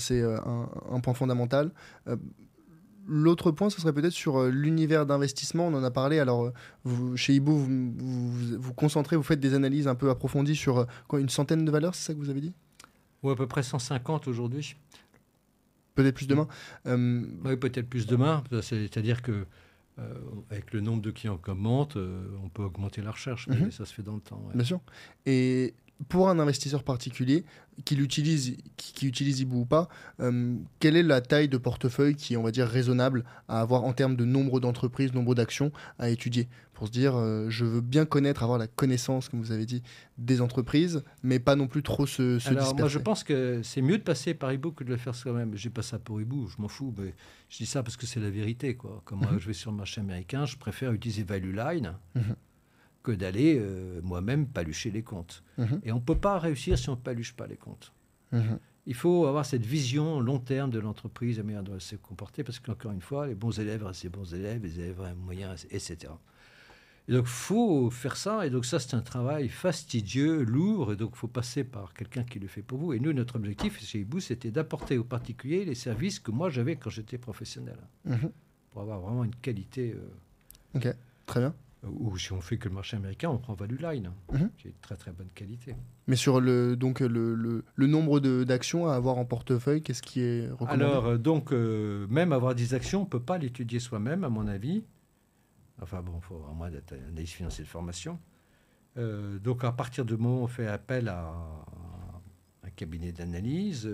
un point fondamental. L'autre point, ce serait peut-être sur l'univers d'investissement. On en a parlé. Alors, chez Hibou, vous concentrez, vous faites des analyses un peu approfondies sur une centaine de valeurs, c'est ça que vous avez dit ? Ou à peu près 150 aujourd'hui. Peut-être plus demain. Oui, peut-être plus demain. C'est-à-dire que avec le nombre de clients qui augmente, on peut augmenter la recherche, mais ça se fait dans le temps. Ouais. Bien sûr. Et pour un investisseur particulier qui utilise Hibou ou pas, quelle est la taille de portefeuille qui est, on va dire, raisonnable à avoir en termes de nombre d'entreprises, nombre d'actions à étudier ? Pour se dire, je veux bien connaître, avoir la connaissance, comme vous avez dit, des entreprises, mais pas non plus trop se disperser. Moi, je pense que c'est mieux de passer par Hibou que de le faire soi-même. Je n'ai pas ça pour Hibou, je m'en fous. Mais je dis ça parce que c'est la vérité, quoi. Comme moi, je vais sur le marché américain, je préfère utiliser Value Line que d'aller moi-même palucher les comptes. Et on ne peut pas réussir si on ne paluche pas les comptes. Il faut avoir cette vision long terme de l'entreprise, la manière dont elle se comporter, parce qu'encore une fois, les bons élèves restent les bons élèves, les élèves moyens, etc. Et donc, il faut faire ça. Et donc, ça, c'est un travail fastidieux, lourd. Et donc, il faut passer par quelqu'un qui le fait pour vous. Et nous, notre objectif chez Hibou, c'était d'apporter aux particuliers les services que moi, j'avais quand j'étais professionnel. Pour avoir vraiment une qualité. Ok, très bien. Ou si on fait que le marché américain, on prend Value Line, qui est de très, très bonne qualité. Mais sur le nombre d'actions à avoir en portefeuille, qu'est-ce qui est recommandé ? Alors, donc, même avoir des actions, on ne peut pas l'étudier soi-même, à mon avis. Enfin bon, il faut au moins d'être analyse financière de formation. Donc à partir du moment où on fait appel à un cabinet d'analyse,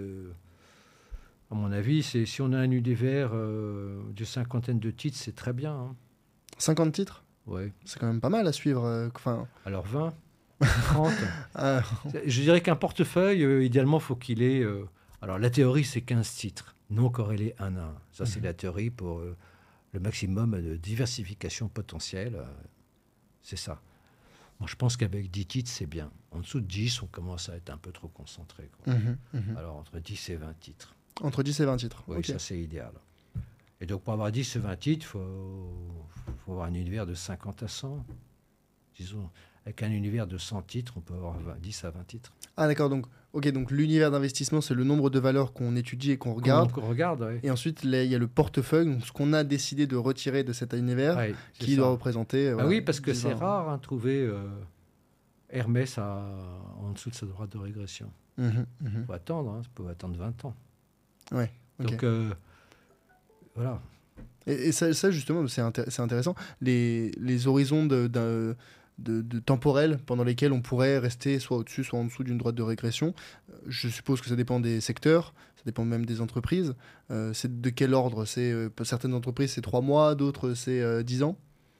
à mon avis, si on a un univers de cinquantaine de titres, c'est très bien. 50 titres ? Oui. C'est quand même pas mal à suivre. Alors 20, 30. Je dirais qu'un portefeuille, idéalement, il faut qu'il ait... alors la théorie, c'est 15 titres, non corrélés un à un. Ça, c'est la théorie pour... le maximum de diversification potentielle, c'est ça. Moi, je pense qu'avec 10 titres, c'est bien. En dessous de 10, on commence à être un peu trop concentré. Alors, entre 10 et 20 titres. Entre 10 et 20 titres. Oui, ça, c'est idéal. Et donc, pour avoir 10 et 20 titres, il faut avoir un univers de 50 à 100. Disons, avec un univers de 100 titres, on peut avoir 10 à 20 titres. Ah, d'accord. Donc l'univers d'investissement, c'est le nombre de valeurs qu'on étudie et qu'on regarde. Oui. Et ensuite, il y a le portefeuille, donc ce qu'on a décidé de retirer de cet univfaut qui doit représenter... oui, parce que c'est rare de trouver Hermès en dessous de sa droite de régression. Il faut attendre, ça peut attendre 20 ans. Ouais, okay. Donc, voilà. Et ça justement, c'est intéressant. Les horizons de temporels pendant lesquels on pourrait rester soit au-dessus, soit en dessous d'une droite de régression. Je suppose que ça dépend des secteurs, ça dépend même des entreprises. C'est de quel ordre ? Certaines entreprises, c'est 3 mois, d'autres, c'est 10 ans ?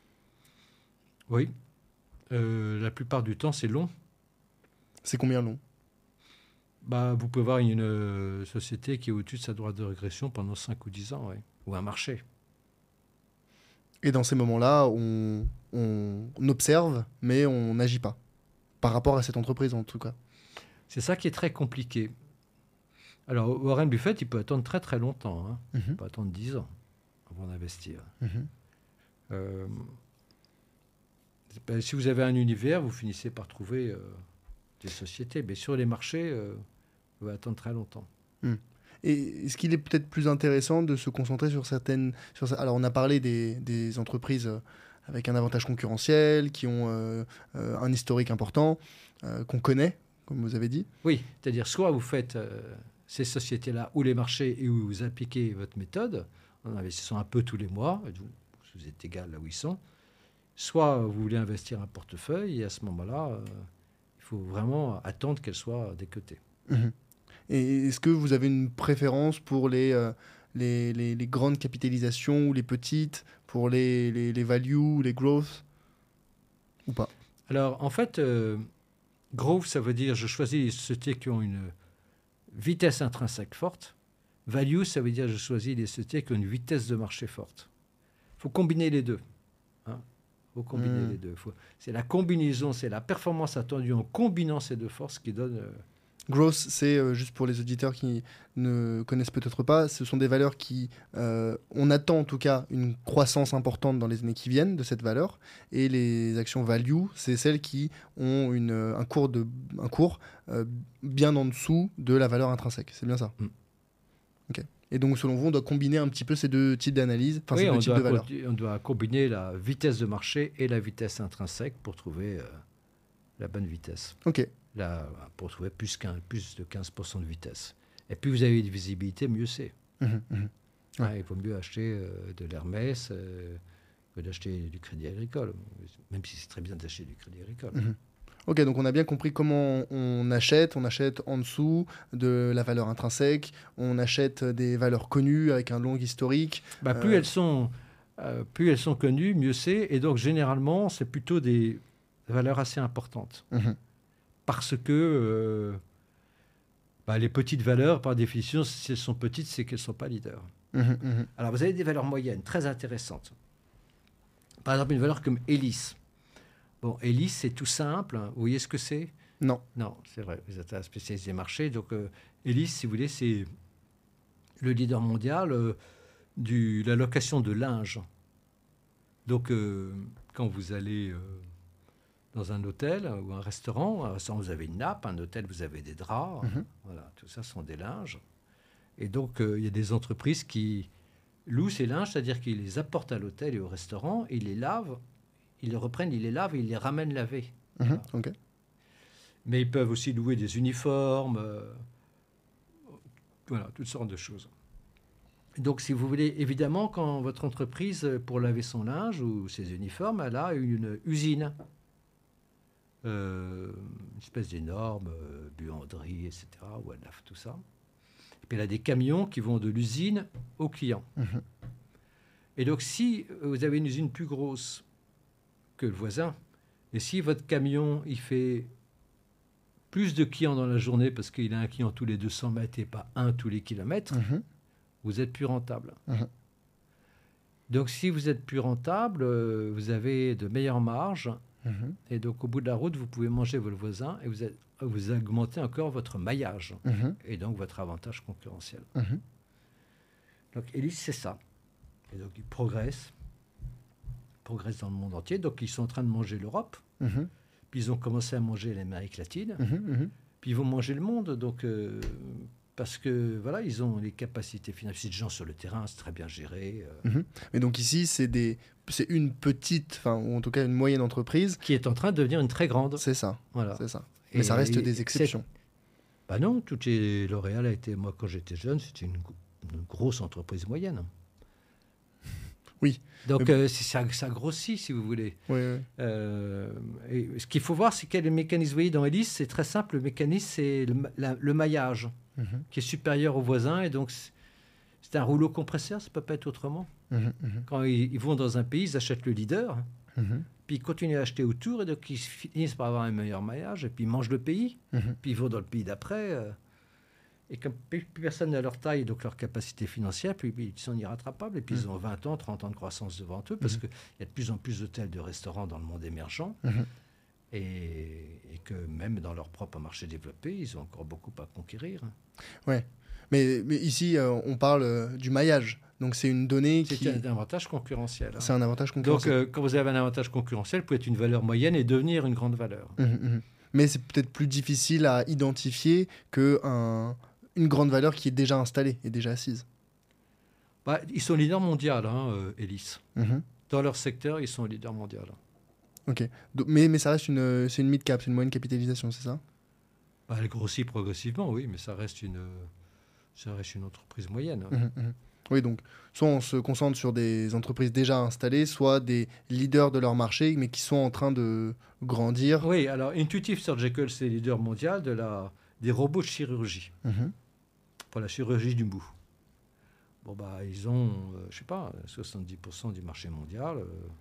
Oui. La plupart du temps, c'est long. C'est combien long ? Vous pouvez avoir une société qui est au-dessus de sa droite de régression pendant 5 ou 10 ans, ou un marché. Et dans ces moments-là, on observe, mais on n'agit pas. Par rapport à cette entreprise, en tout cas. C'est ça qui est très compliqué. Alors, Warren Buffett, il peut attendre très très longtemps. Il peut attendre 10 ans avant d'investir. Si vous avez un univers, vous finissez par trouver des sociétés. Mais sur les marchés, vous pouvez attendre très longtemps. Et est-ce qu'il est peut-être plus intéressant de se concentrer sur certaines... Alors, on a parlé des entreprises avec un avantage concurrentiel, qui ont un historique important, qu'on connaît, comme vous avez dit. Oui, c'est-à-dire soit vous faites ces sociétés-là ou les marchés et où vous appliquez votre méthode, en investissant un peu tous les mois, vous êtes égal là où ils sont, soit vous voulez investir un portefeuille, et à ce moment-là, il faut vraiment attendre qu'elle soit décotée. Et est-ce que vous avez une préférence pour les grandes capitalisations ou les petites, pour les value, les growth, ou pas ? Alors, en fait, growth, ça veut dire je choisis les sociétés qui ont une vitesse intrinsèque forte, Value, ça veut dire que je choisis les sociétés qui ont une vitesse de marché forte. Il faut combiner les deux. Hein. Il faut combiner les deux. C'est la combinaison, c'est la performance attendue en combinant ces deux forces qui donne... Growth, c'est juste pour les auditeurs qui ne connaissent peut-être pas, ce sont des valeurs qui, on attend en tout cas une croissance importante dans les années qui viennent de cette valeur, et les actions value, c'est celles qui ont un cours bien en dessous de la valeur intrinsèque. C'est bien ça. Ok. Et donc, selon vous, on doit combiner un petit peu ces deux types d'analyse, enfin ces deux types de valeurs. On doit combiner la vitesse de marché et la vitesse intrinsèque pour trouver la bonne vitesse. Ok. Là, pour trouver plus de 15% de vitesse. Et plus vous avez de visibilité, mieux c'est. Ouais, il vaut mieux acheter de l'Hermès que d'acheter du Crédit Agricole, même si c'est très bien d'acheter du Crédit Agricole. Ok, donc on a bien compris comment on achète en dessous de la valeur intrinsèque, on achète des valeurs connues avec un long historique. Plus elles sont connues, mieux c'est. Et donc, généralement, c'est plutôt des valeurs assez importantes. Parce que les petites valeurs, par définition, si elles sont petites, c'est qu'elles ne sont pas leaders. Alors, vous avez des valeurs moyennes très intéressantes. Par exemple, une valeur comme Elis. Bon, Elis, c'est tout simple. Vous voyez ce que c'est ? Non. Non, c'est vrai. Vous êtes un spécialiste des marchés. Donc, Elis, si vous voulez, c'est le leader mondial de la location de linge. Donc, quand vous allez... dans un hôtel ou un restaurant, vous avez une nappe, un hôtel, vous avez des draps. Voilà, tout ça sont des linges. Et donc, il y a des entreprises qui louent ces linges, c'est-à-dire qu'ils les apportent à l'hôtel et au restaurant, ils les lavent, ils les reprennent, ils les lavent et ils les ramènent lavés. Voilà. Okay. Mais ils peuvent aussi louer des uniformes, voilà, toutes sortes de choses. Donc, si vous voulez, évidemment, quand votre entreprise, pour laver son linge ou ses uniformes, elle a une usine. Une espèce d'énorme buanderie, etc., où elle lave tout ça. Et puis elle a des camions qui vont de l'usine au client. Et donc, si vous avez une usine plus grosse que le voisin, et si votre camion, il fait plus de clients dans la journée parce qu'il a un client tous les 200 mètres et pas un tous les kilomètres, vous êtes plus rentable. Donc, si vous êtes plus rentable, vous avez de meilleures marges. Et donc, au bout de la route, vous pouvez manger votre voisin et vous augmentez encore votre maillage et donc votre avantage concurrentiel. Donc, Elis, c'est ça. Et donc, ils progressent dans le monde entier. Donc, ils sont en train de manger l'Europe. Puis, ils ont commencé à manger l'Amérique latine. Puis, ils vont manger le monde. Donc, parce que, voilà, ils ont les capacités financières. Des gens sur le terrain, c'est très bien géré. Mais donc, ici, c'est une petite, enfin, ou en tout cas une moyenne entreprise. Qui est en train de devenir une très grande. C'est ça. Voilà. C'est ça. Mais ça reste des exceptions. Non, L'Oréal a été, moi, quand j'étais jeune, c'était une grosse entreprise moyenne. Oui. Donc, ça grossit, si vous voulez. Oui. Et ce qu'il faut voir, c'est quel est le mécanisme. Vous voyez, dans Elis, c'est très simple. Le mécanisme, c'est le maillage qui est supérieur au voisin. Et donc, c'est un rouleau compresseur, ça ne peut pas être autrement. Quand ils vont dans un pays, ils achètent le leader. Puis ils continuent à acheter autour. Et donc, ils finissent par avoir un meilleur maillage. Et puis, ils mangent le pays. Puis, ils vont dans le pays d'après. Et comme plus personne n'a leur taille, donc leur capacité financière, puis ils sont irrattrapables. Et puis ils ont 20 ans, 30 ans de croissance devant eux, parce qu'il y a de plus en plus d'hôtels, de restaurants dans le monde émergent. Et que même dans leur propre marché développé, ils ont encore beaucoup à conquérir. Ouais. Mais ici, on parle du maillage. Donc c'est une donnée qui... C'est un avantage concurrentiel. C'est un avantage concurrentiel. Donc quand vous avez un avantage concurrentiel, vous pouvez être une valeur moyenne et devenir une grande valeur. Mais c'est peut-être plus difficile à identifier qu'une grande valeur qui est déjà installée et déjà assise. Ils sont leaders mondiaux, Elis. Dans leur secteur, ils sont leaders mondiaux. Ok. Mais ça reste c'est une mid-cap, c'est une moyenne capitalisation, c'est ça ? Elle grossit progressivement, oui, mais ça reste une entreprise moyenne. Oui, donc soit on se concentre sur des entreprises déjà installées, soit des leaders de leur marché, mais qui sont en train de grandir. Oui, alors Intuitive Surgical, c'est leader mondial des robots de chirurgie. Pour la chirurgie du bout. Bon, ils ont, 70% du marché mondial.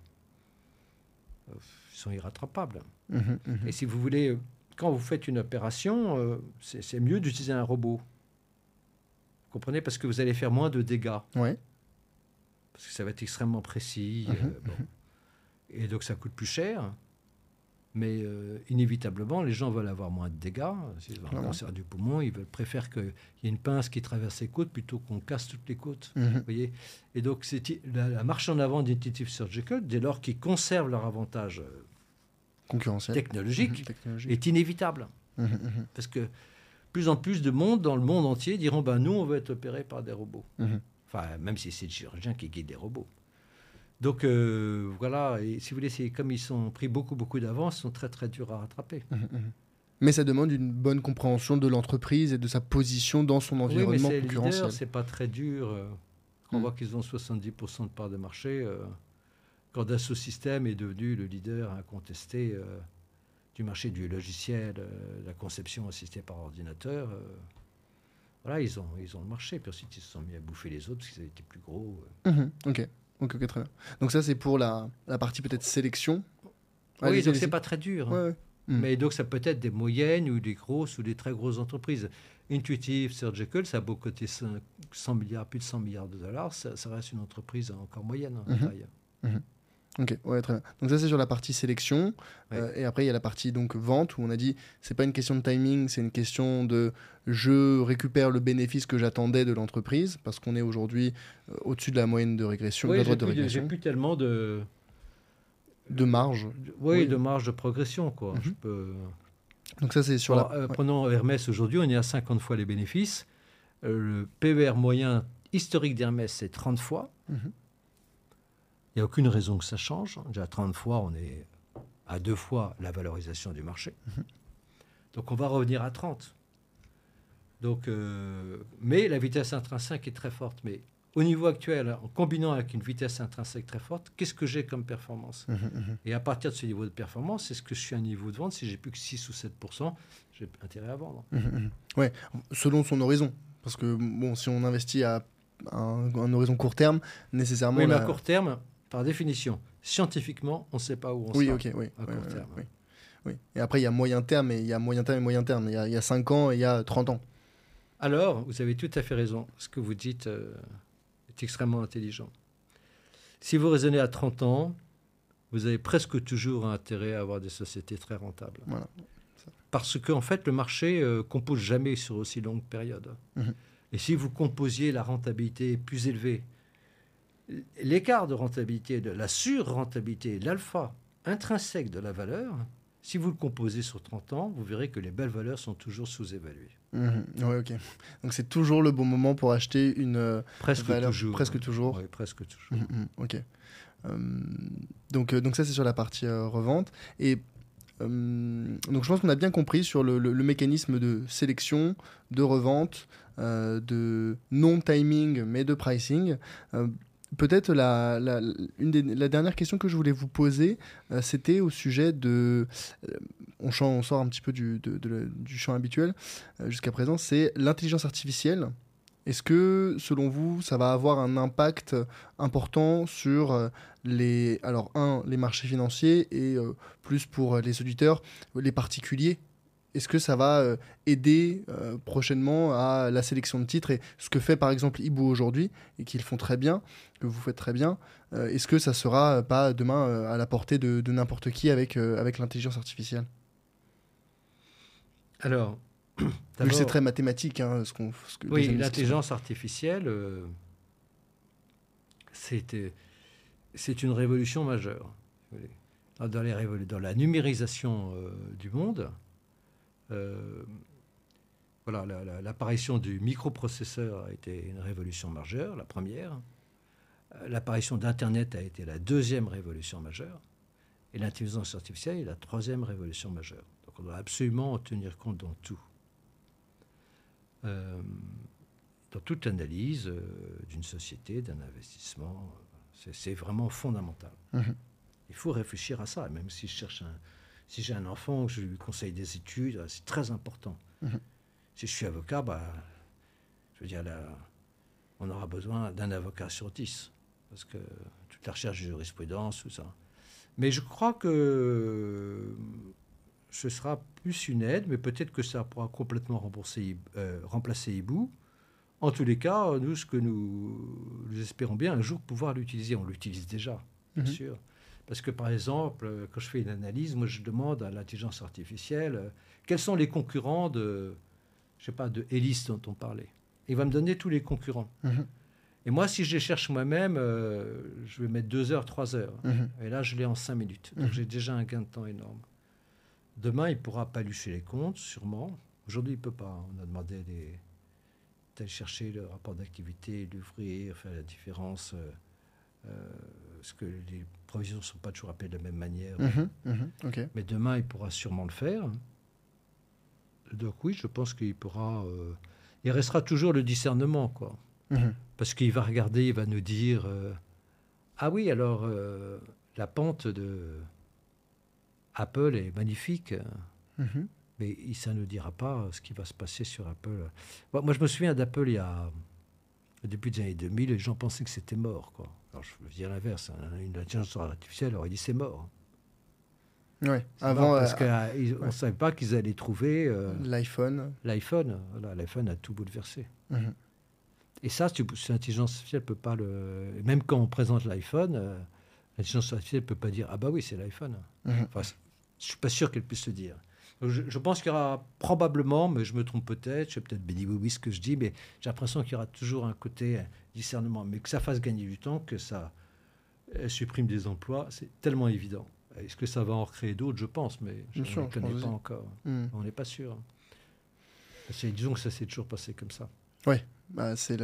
Ils sont irrattrapables. Et si vous voulez, quand vous faites une opération, c'est mieux d'utiliser un robot. comprenez? Parce que vous allez faire moins de dégâts. Ouais. Parce que ça va être extrêmement précis. Bon. Et donc, ça coûte plus cher. Mais inévitablement, les gens veulent avoir moins de dégâts. S'ils ont un cancer du poumon, ils préfèrent qu'il y ait une pince qui traverse les côtes plutôt qu'on casse toutes les côtes. Vous voyez? Et donc, la marche en avant d'Intuitive Surgical, dès lors qu'ils conservent leur avantage concurrentiel technologique, est inévitable. Parce que plus en plus de monde dans le monde entier diront nous, on veut être opéré par des robots. Enfin, même si c'est le chirurgien qui guide des robots. Donc voilà, et si vous voulez, comme ils sont pris beaucoup d'avance, ils sont très très durs à rattraper. Mais ça demande une bonne compréhension de l'entreprise et de sa position dans son environnement concurrentiel. Leader, c'est pas très dur. On voit qu'ils ont 70% de part de marché. Quand Dassault Systèmes est devenu le leader incontesté du marché du logiciel, la conception assistée par ordinateur, voilà, ils ont le marché. Puis ensuite, ils se sont mis à bouffer les autres parce qu'ils étaient plus gros. Ok, très bien. Donc ça, c'est pour la partie peut-être sélection. Oui, donc c'est pas très dur. Mais donc ça peut être des moyennes ou des grosses ou des très grosses entreprises. Intuitive Surgical, ça a beau coter 100 milliards, plus de 100 milliards de dollars, ça reste une entreprise encore moyenne en taille. Ok, ouais, très bien. Donc ça, c'est sur la partie sélection. Et après, il y a la partie donc vente, où on a dit, c'est pas une question de timing, c'est une question de je récupère le bénéfice que j'attendais de l'entreprise, parce qu'on est aujourd'hui au-dessus de la moyenne de régression, de la droite de régression. J'ai plus tellement de marge. De marge de progression, quoi. Je peux... Donc ça, c'est sur prenons Hermès aujourd'hui, on est à 50 fois les bénéfices. Le PER moyen historique d'Hermès, c'est 30 fois. Il n'y a aucune raison que ça change. Déjà, 30 fois, on est à 2 fois la valorisation du marché. Donc, on va revenir à 30. Donc, mais la vitesse intrinsèque est très forte. Mais au niveau actuel, en combinant avec une vitesse intrinsèque très forte, qu'est-ce que j'ai comme performance? Et à partir de ce niveau de performance, est-ce que je suis à un niveau de vente? Si j'ai plus que 6 ou 7%, j'ai intérêt à vendre. Ouais, selon son horizon. Parce que, bon, si on investit à un horizon court terme, nécessairement... Oui, mais à court terme... Par définition, scientifiquement, on ne sait pas où on sera à court terme. Oui. Et après, il y a moyen terme et il y a moyen terme et moyen terme. Il y a 5 ans et il y a 30 ans. Alors, vous avez tout à fait raison. Ce que vous dites est extrêmement intelligent. Si vous raisonnez à 30 ans, vous avez presque toujours intérêt à avoir des sociétés très rentables. Voilà. Parce qu'en fait, le marché ne compose jamais sur aussi longue période. Et si vous composiez la rentabilité plus élevée, l'écart de rentabilité, de la sur-rentabilité, l'alpha intrinsèque de la valeur, si vous le composez sur 30 ans, vous verrez que les belles valeurs sont toujours sous-évaluées. Oui, ok. Donc c'est toujours le bon moment pour acheter une valeur. Presque toujours. Oui, presque toujours. Ok. Donc ça, c'est sur la partie revente. Et donc je pense qu'on a bien compris sur le mécanisme de sélection, de revente, de non-timing, mais de pricing. Peut-être la dernière question que je voulais vous poser, c'était au sujet de... on sort un petit peu du champ habituel jusqu'à présent, c'est l'intelligence artificielle. Est-ce que, selon vous, ça va avoir un impact important sur les marchés financiers et plus pour les auditeurs, les particuliers? Est-ce que ça va aider prochainement à la sélection de titres et ce que fait par exemple Ibu aujourd'hui et qu'ils font très bien, que vous faites très bien, est-ce que ça sera pas demain à la portée de n'importe qui avec l'intelligence artificielle? Alors, c'est très mathématique. Oui, l'intelligence artificielle, c'est une révolution majeure. Dans la numérisation du monde, voilà, l'apparition du microprocesseur a été une révolution majeure, la première. L'apparition d'Internet a été la deuxième révolution majeure. Et l'intelligence artificielle est la troisième révolution majeure. Donc on doit absolument en tenir compte dans tout. Dans toute analyse d'une société, d'un investissement, c'est vraiment fondamental. Il faut réfléchir à ça. Même si si j'ai un enfant, je lui conseille des études, c'est très important. Si je suis avocat, je veux dire, là, on aura besoin d'un avocat sur 10. Parce que toute la recherche de jurisprudence, tout ça. Mais je crois que ce sera plus une aide, mais peut-être que ça pourra complètement remplacer Ibu. En tous les cas, nous, ce que nous espérons bien un jour pouvoir l'utiliser, on l'utilise déjà, bien Mhm. sûr. Parce que par exemple, quand je fais une analyse, moi je demande à l'intelligence artificielle quels sont les concurrents de, je sais pas, de Hélice dont on parlait. Il va me donner tous les concurrents. Mhm. Et moi, si je les cherche moi-même, je vais mettre 2 heures, 3 heures. Mhm. Et là, je l'ai en 5 minutes. Donc Mhm. j'ai déjà un gain de temps énorme. Demain, il pourra palucher les comptes, sûrement. Aujourd'hui, il ne peut pas. On a demandé d'aller chercher le rapport d'activité, l'ouvrir, faire la différence. Parce que les provisions ne sont pas toujours appelées de la même manière. Mhm. Mhm. Ok. Mais demain, il pourra sûrement le faire. Donc oui, je pense qu'il pourra... il restera toujours le discernement, quoi. Mhm. Parce qu'il va regarder, il va nous dire... ah oui, alors, la pente de Apple est magnifique. Mhm. Mais ça ne nous dira pas ce qui va se passer sur Apple. Moi, je me souviens d'Apple au début des années 2000, les gens pensaient que c'était mort, quoi. Alors, je veux dire l'inverse. Une intelligence artificielle aurait dit c'est mort. Ouais. C'est Avant, mort parce qu'on ne ouais. savait pas qu'ils allaient trouver L'iPhone. l'iPhone. Voilà, l'iPhone a tout bouleversé. Mhm. Et ça, si l'intelligence artificielle ne peut pas le... Même quand on présente l'iPhone, l'intelligence artificielle ne peut pas dire « Ah bah oui, c'est l'iPhone ». Mhm. Enfin, je ne suis pas sûr qu'elle puisse le dire. Donc, je pense qu'il y aura probablement, mais je me trompe peut-être, je sais peut-être béni oui ce que je dis, mais j'ai l'impression qu'il y aura toujours un côté discernement. Mais que ça fasse gagner du temps, que ça supprime des emplois, c'est tellement évident. Est-ce que ça va en recréer d'autres? Je pense, mais je Bien ne sûr, les je pense connais pas aussi. encore. Mhm. On n'est pas sûr. Disons que ça s'est toujours passé comme ça. Ouais. Bah, c'est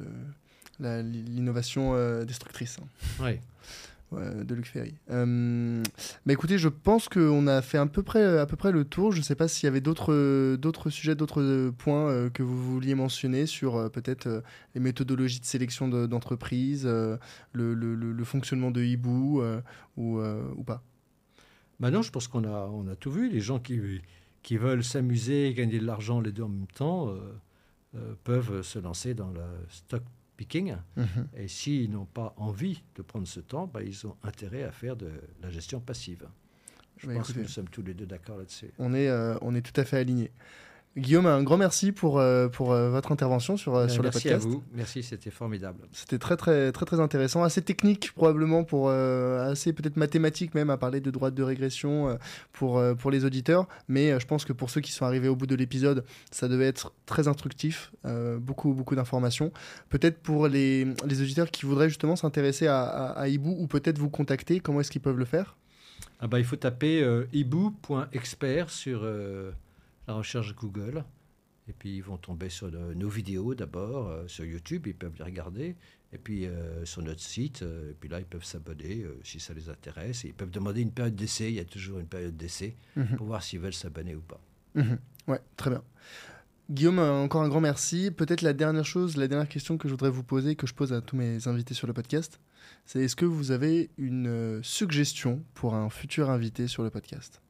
l'innovation destructrice, hein, Oui. de Luc Ferry. Bah écoutez, je pense qu'on a fait à peu près le tour. Je ne sais pas s'il y avait d'autres sujets, d'autres points que vous vouliez mentionner sur peut-être les méthodologies de sélection d'entreprises, le fonctionnement de Hibou ou pas. Maintenant, je pense qu'on a tout vu. Les gens qui veulent s'amuser et gagner de l'argent les deux en même temps peuvent se lancer dans le stock picking. Mhm. Et s'ils n'ont pas envie de prendre ce temps, bah, ils ont intérêt à faire de la gestion passive. Je Bah, pense que écoutez, nous sommes tous les deux d'accord là-dessus. on est tout à fait alignés. Guillaume, un grand merci pour votre intervention sur le Merci à podcast. vous. Merci, c'était formidable. C'était très très très très intéressant, assez technique probablement pour assez peut-être mathématique même à parler de droite de régression pour les auditeurs, mais je pense que pour ceux qui sont arrivés au bout de l'épisode, ça devait être très instructif, beaucoup d'informations. Peut-être pour les auditeurs qui voudraient justement s'intéresser à Hibou ou peut-être vous contacter, comment est-ce qu'ils peuvent le faire? Ah bah, il faut taper hibou.expert sur la recherche Google. Et puis ils vont tomber sur nos vidéos d'abord, sur YouTube, ils peuvent les regarder. Et puis sur notre site, et puis là ils peuvent s'abonner si ça les intéresse. Et ils peuvent demander une période d'essai, il y a toujours une période d'essai, Mhm. pour voir s'ils veulent s'abonner ou pas. Mhm. Ouais, très bien. Guillaume, encore un grand merci. Peut-être la dernière question que je voudrais vous poser, que je pose à tous mes invités sur le podcast, c'est est-ce que vous avez une suggestion pour un futur invité sur le podcast?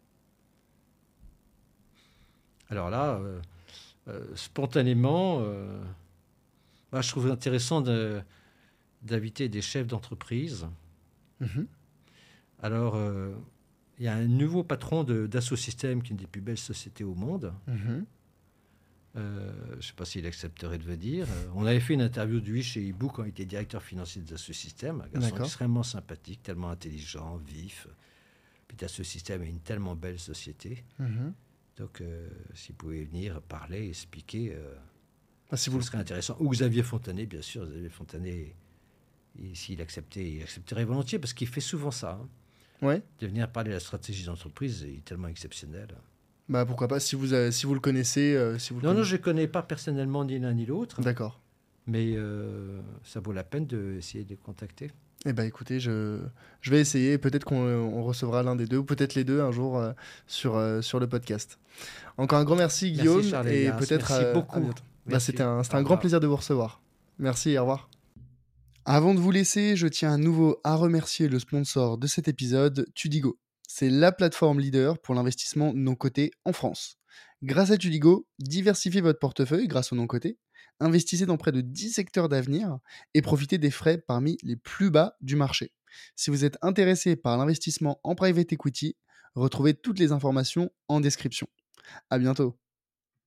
Alors là, spontanément, moi, je trouve intéressant d'inviter des chefs d'entreprise. Mhm. Alors, il y a un nouveau patron d'Asso Systèmes, qui est une des plus belles sociétés au monde. Mhm. Je ne sais pas s'il accepterait de venir. On avait fait une interview de lui chez Hibou quand il était directeur financier d'Asso Systèmes. Un garçon D'accord. extrêmement sympathique, tellement intelligent, vif. Puis Asso Systèmes est une tellement belle société. Mhm. Donc, s'il pouvait venir parler, expliquer, Ah, si vous ce le... serait intéressant. Ou Xavier Fontanet, bien sûr. Xavier Fontanet, s'il acceptait, il accepterait volontiers, parce qu'il fait souvent ça. Hein. Ouais. De venir parler de la stratégie d'entreprise, il est tellement exceptionnel. Bah pourquoi pas si vous le connaissez, si vous le Non, connaissez. je ne connais pas personnellement ni l'un ni l'autre, D'accord. mais ça vaut la peine d'essayer de les contacter. Eh ben écoutez, je vais essayer. Peut-être qu'on recevra l'un des deux, ou peut-être les deux un jour sur le podcast. Encore un grand merci Guillaume, Merci Charles et Elias, peut-être merci à beaucoup. bientôt. Bah, Merci. c'était un Au grand revoir. plaisir de vous recevoir. Merci, au revoir. Avant de vous laisser, je tiens à nouveau à remercier le sponsor de cet épisode, Tudigo. C'est la plateforme leader pour l'investissement non coté en France. Grâce à Tudigo, diversifiez votre portefeuille grâce au non coté, investissez dans près de 10 secteurs d'avenir et profitez des frais parmi les plus bas du marché. Si vous êtes intéressé par l'investissement en private equity, retrouvez toutes les informations en description. À bientôt.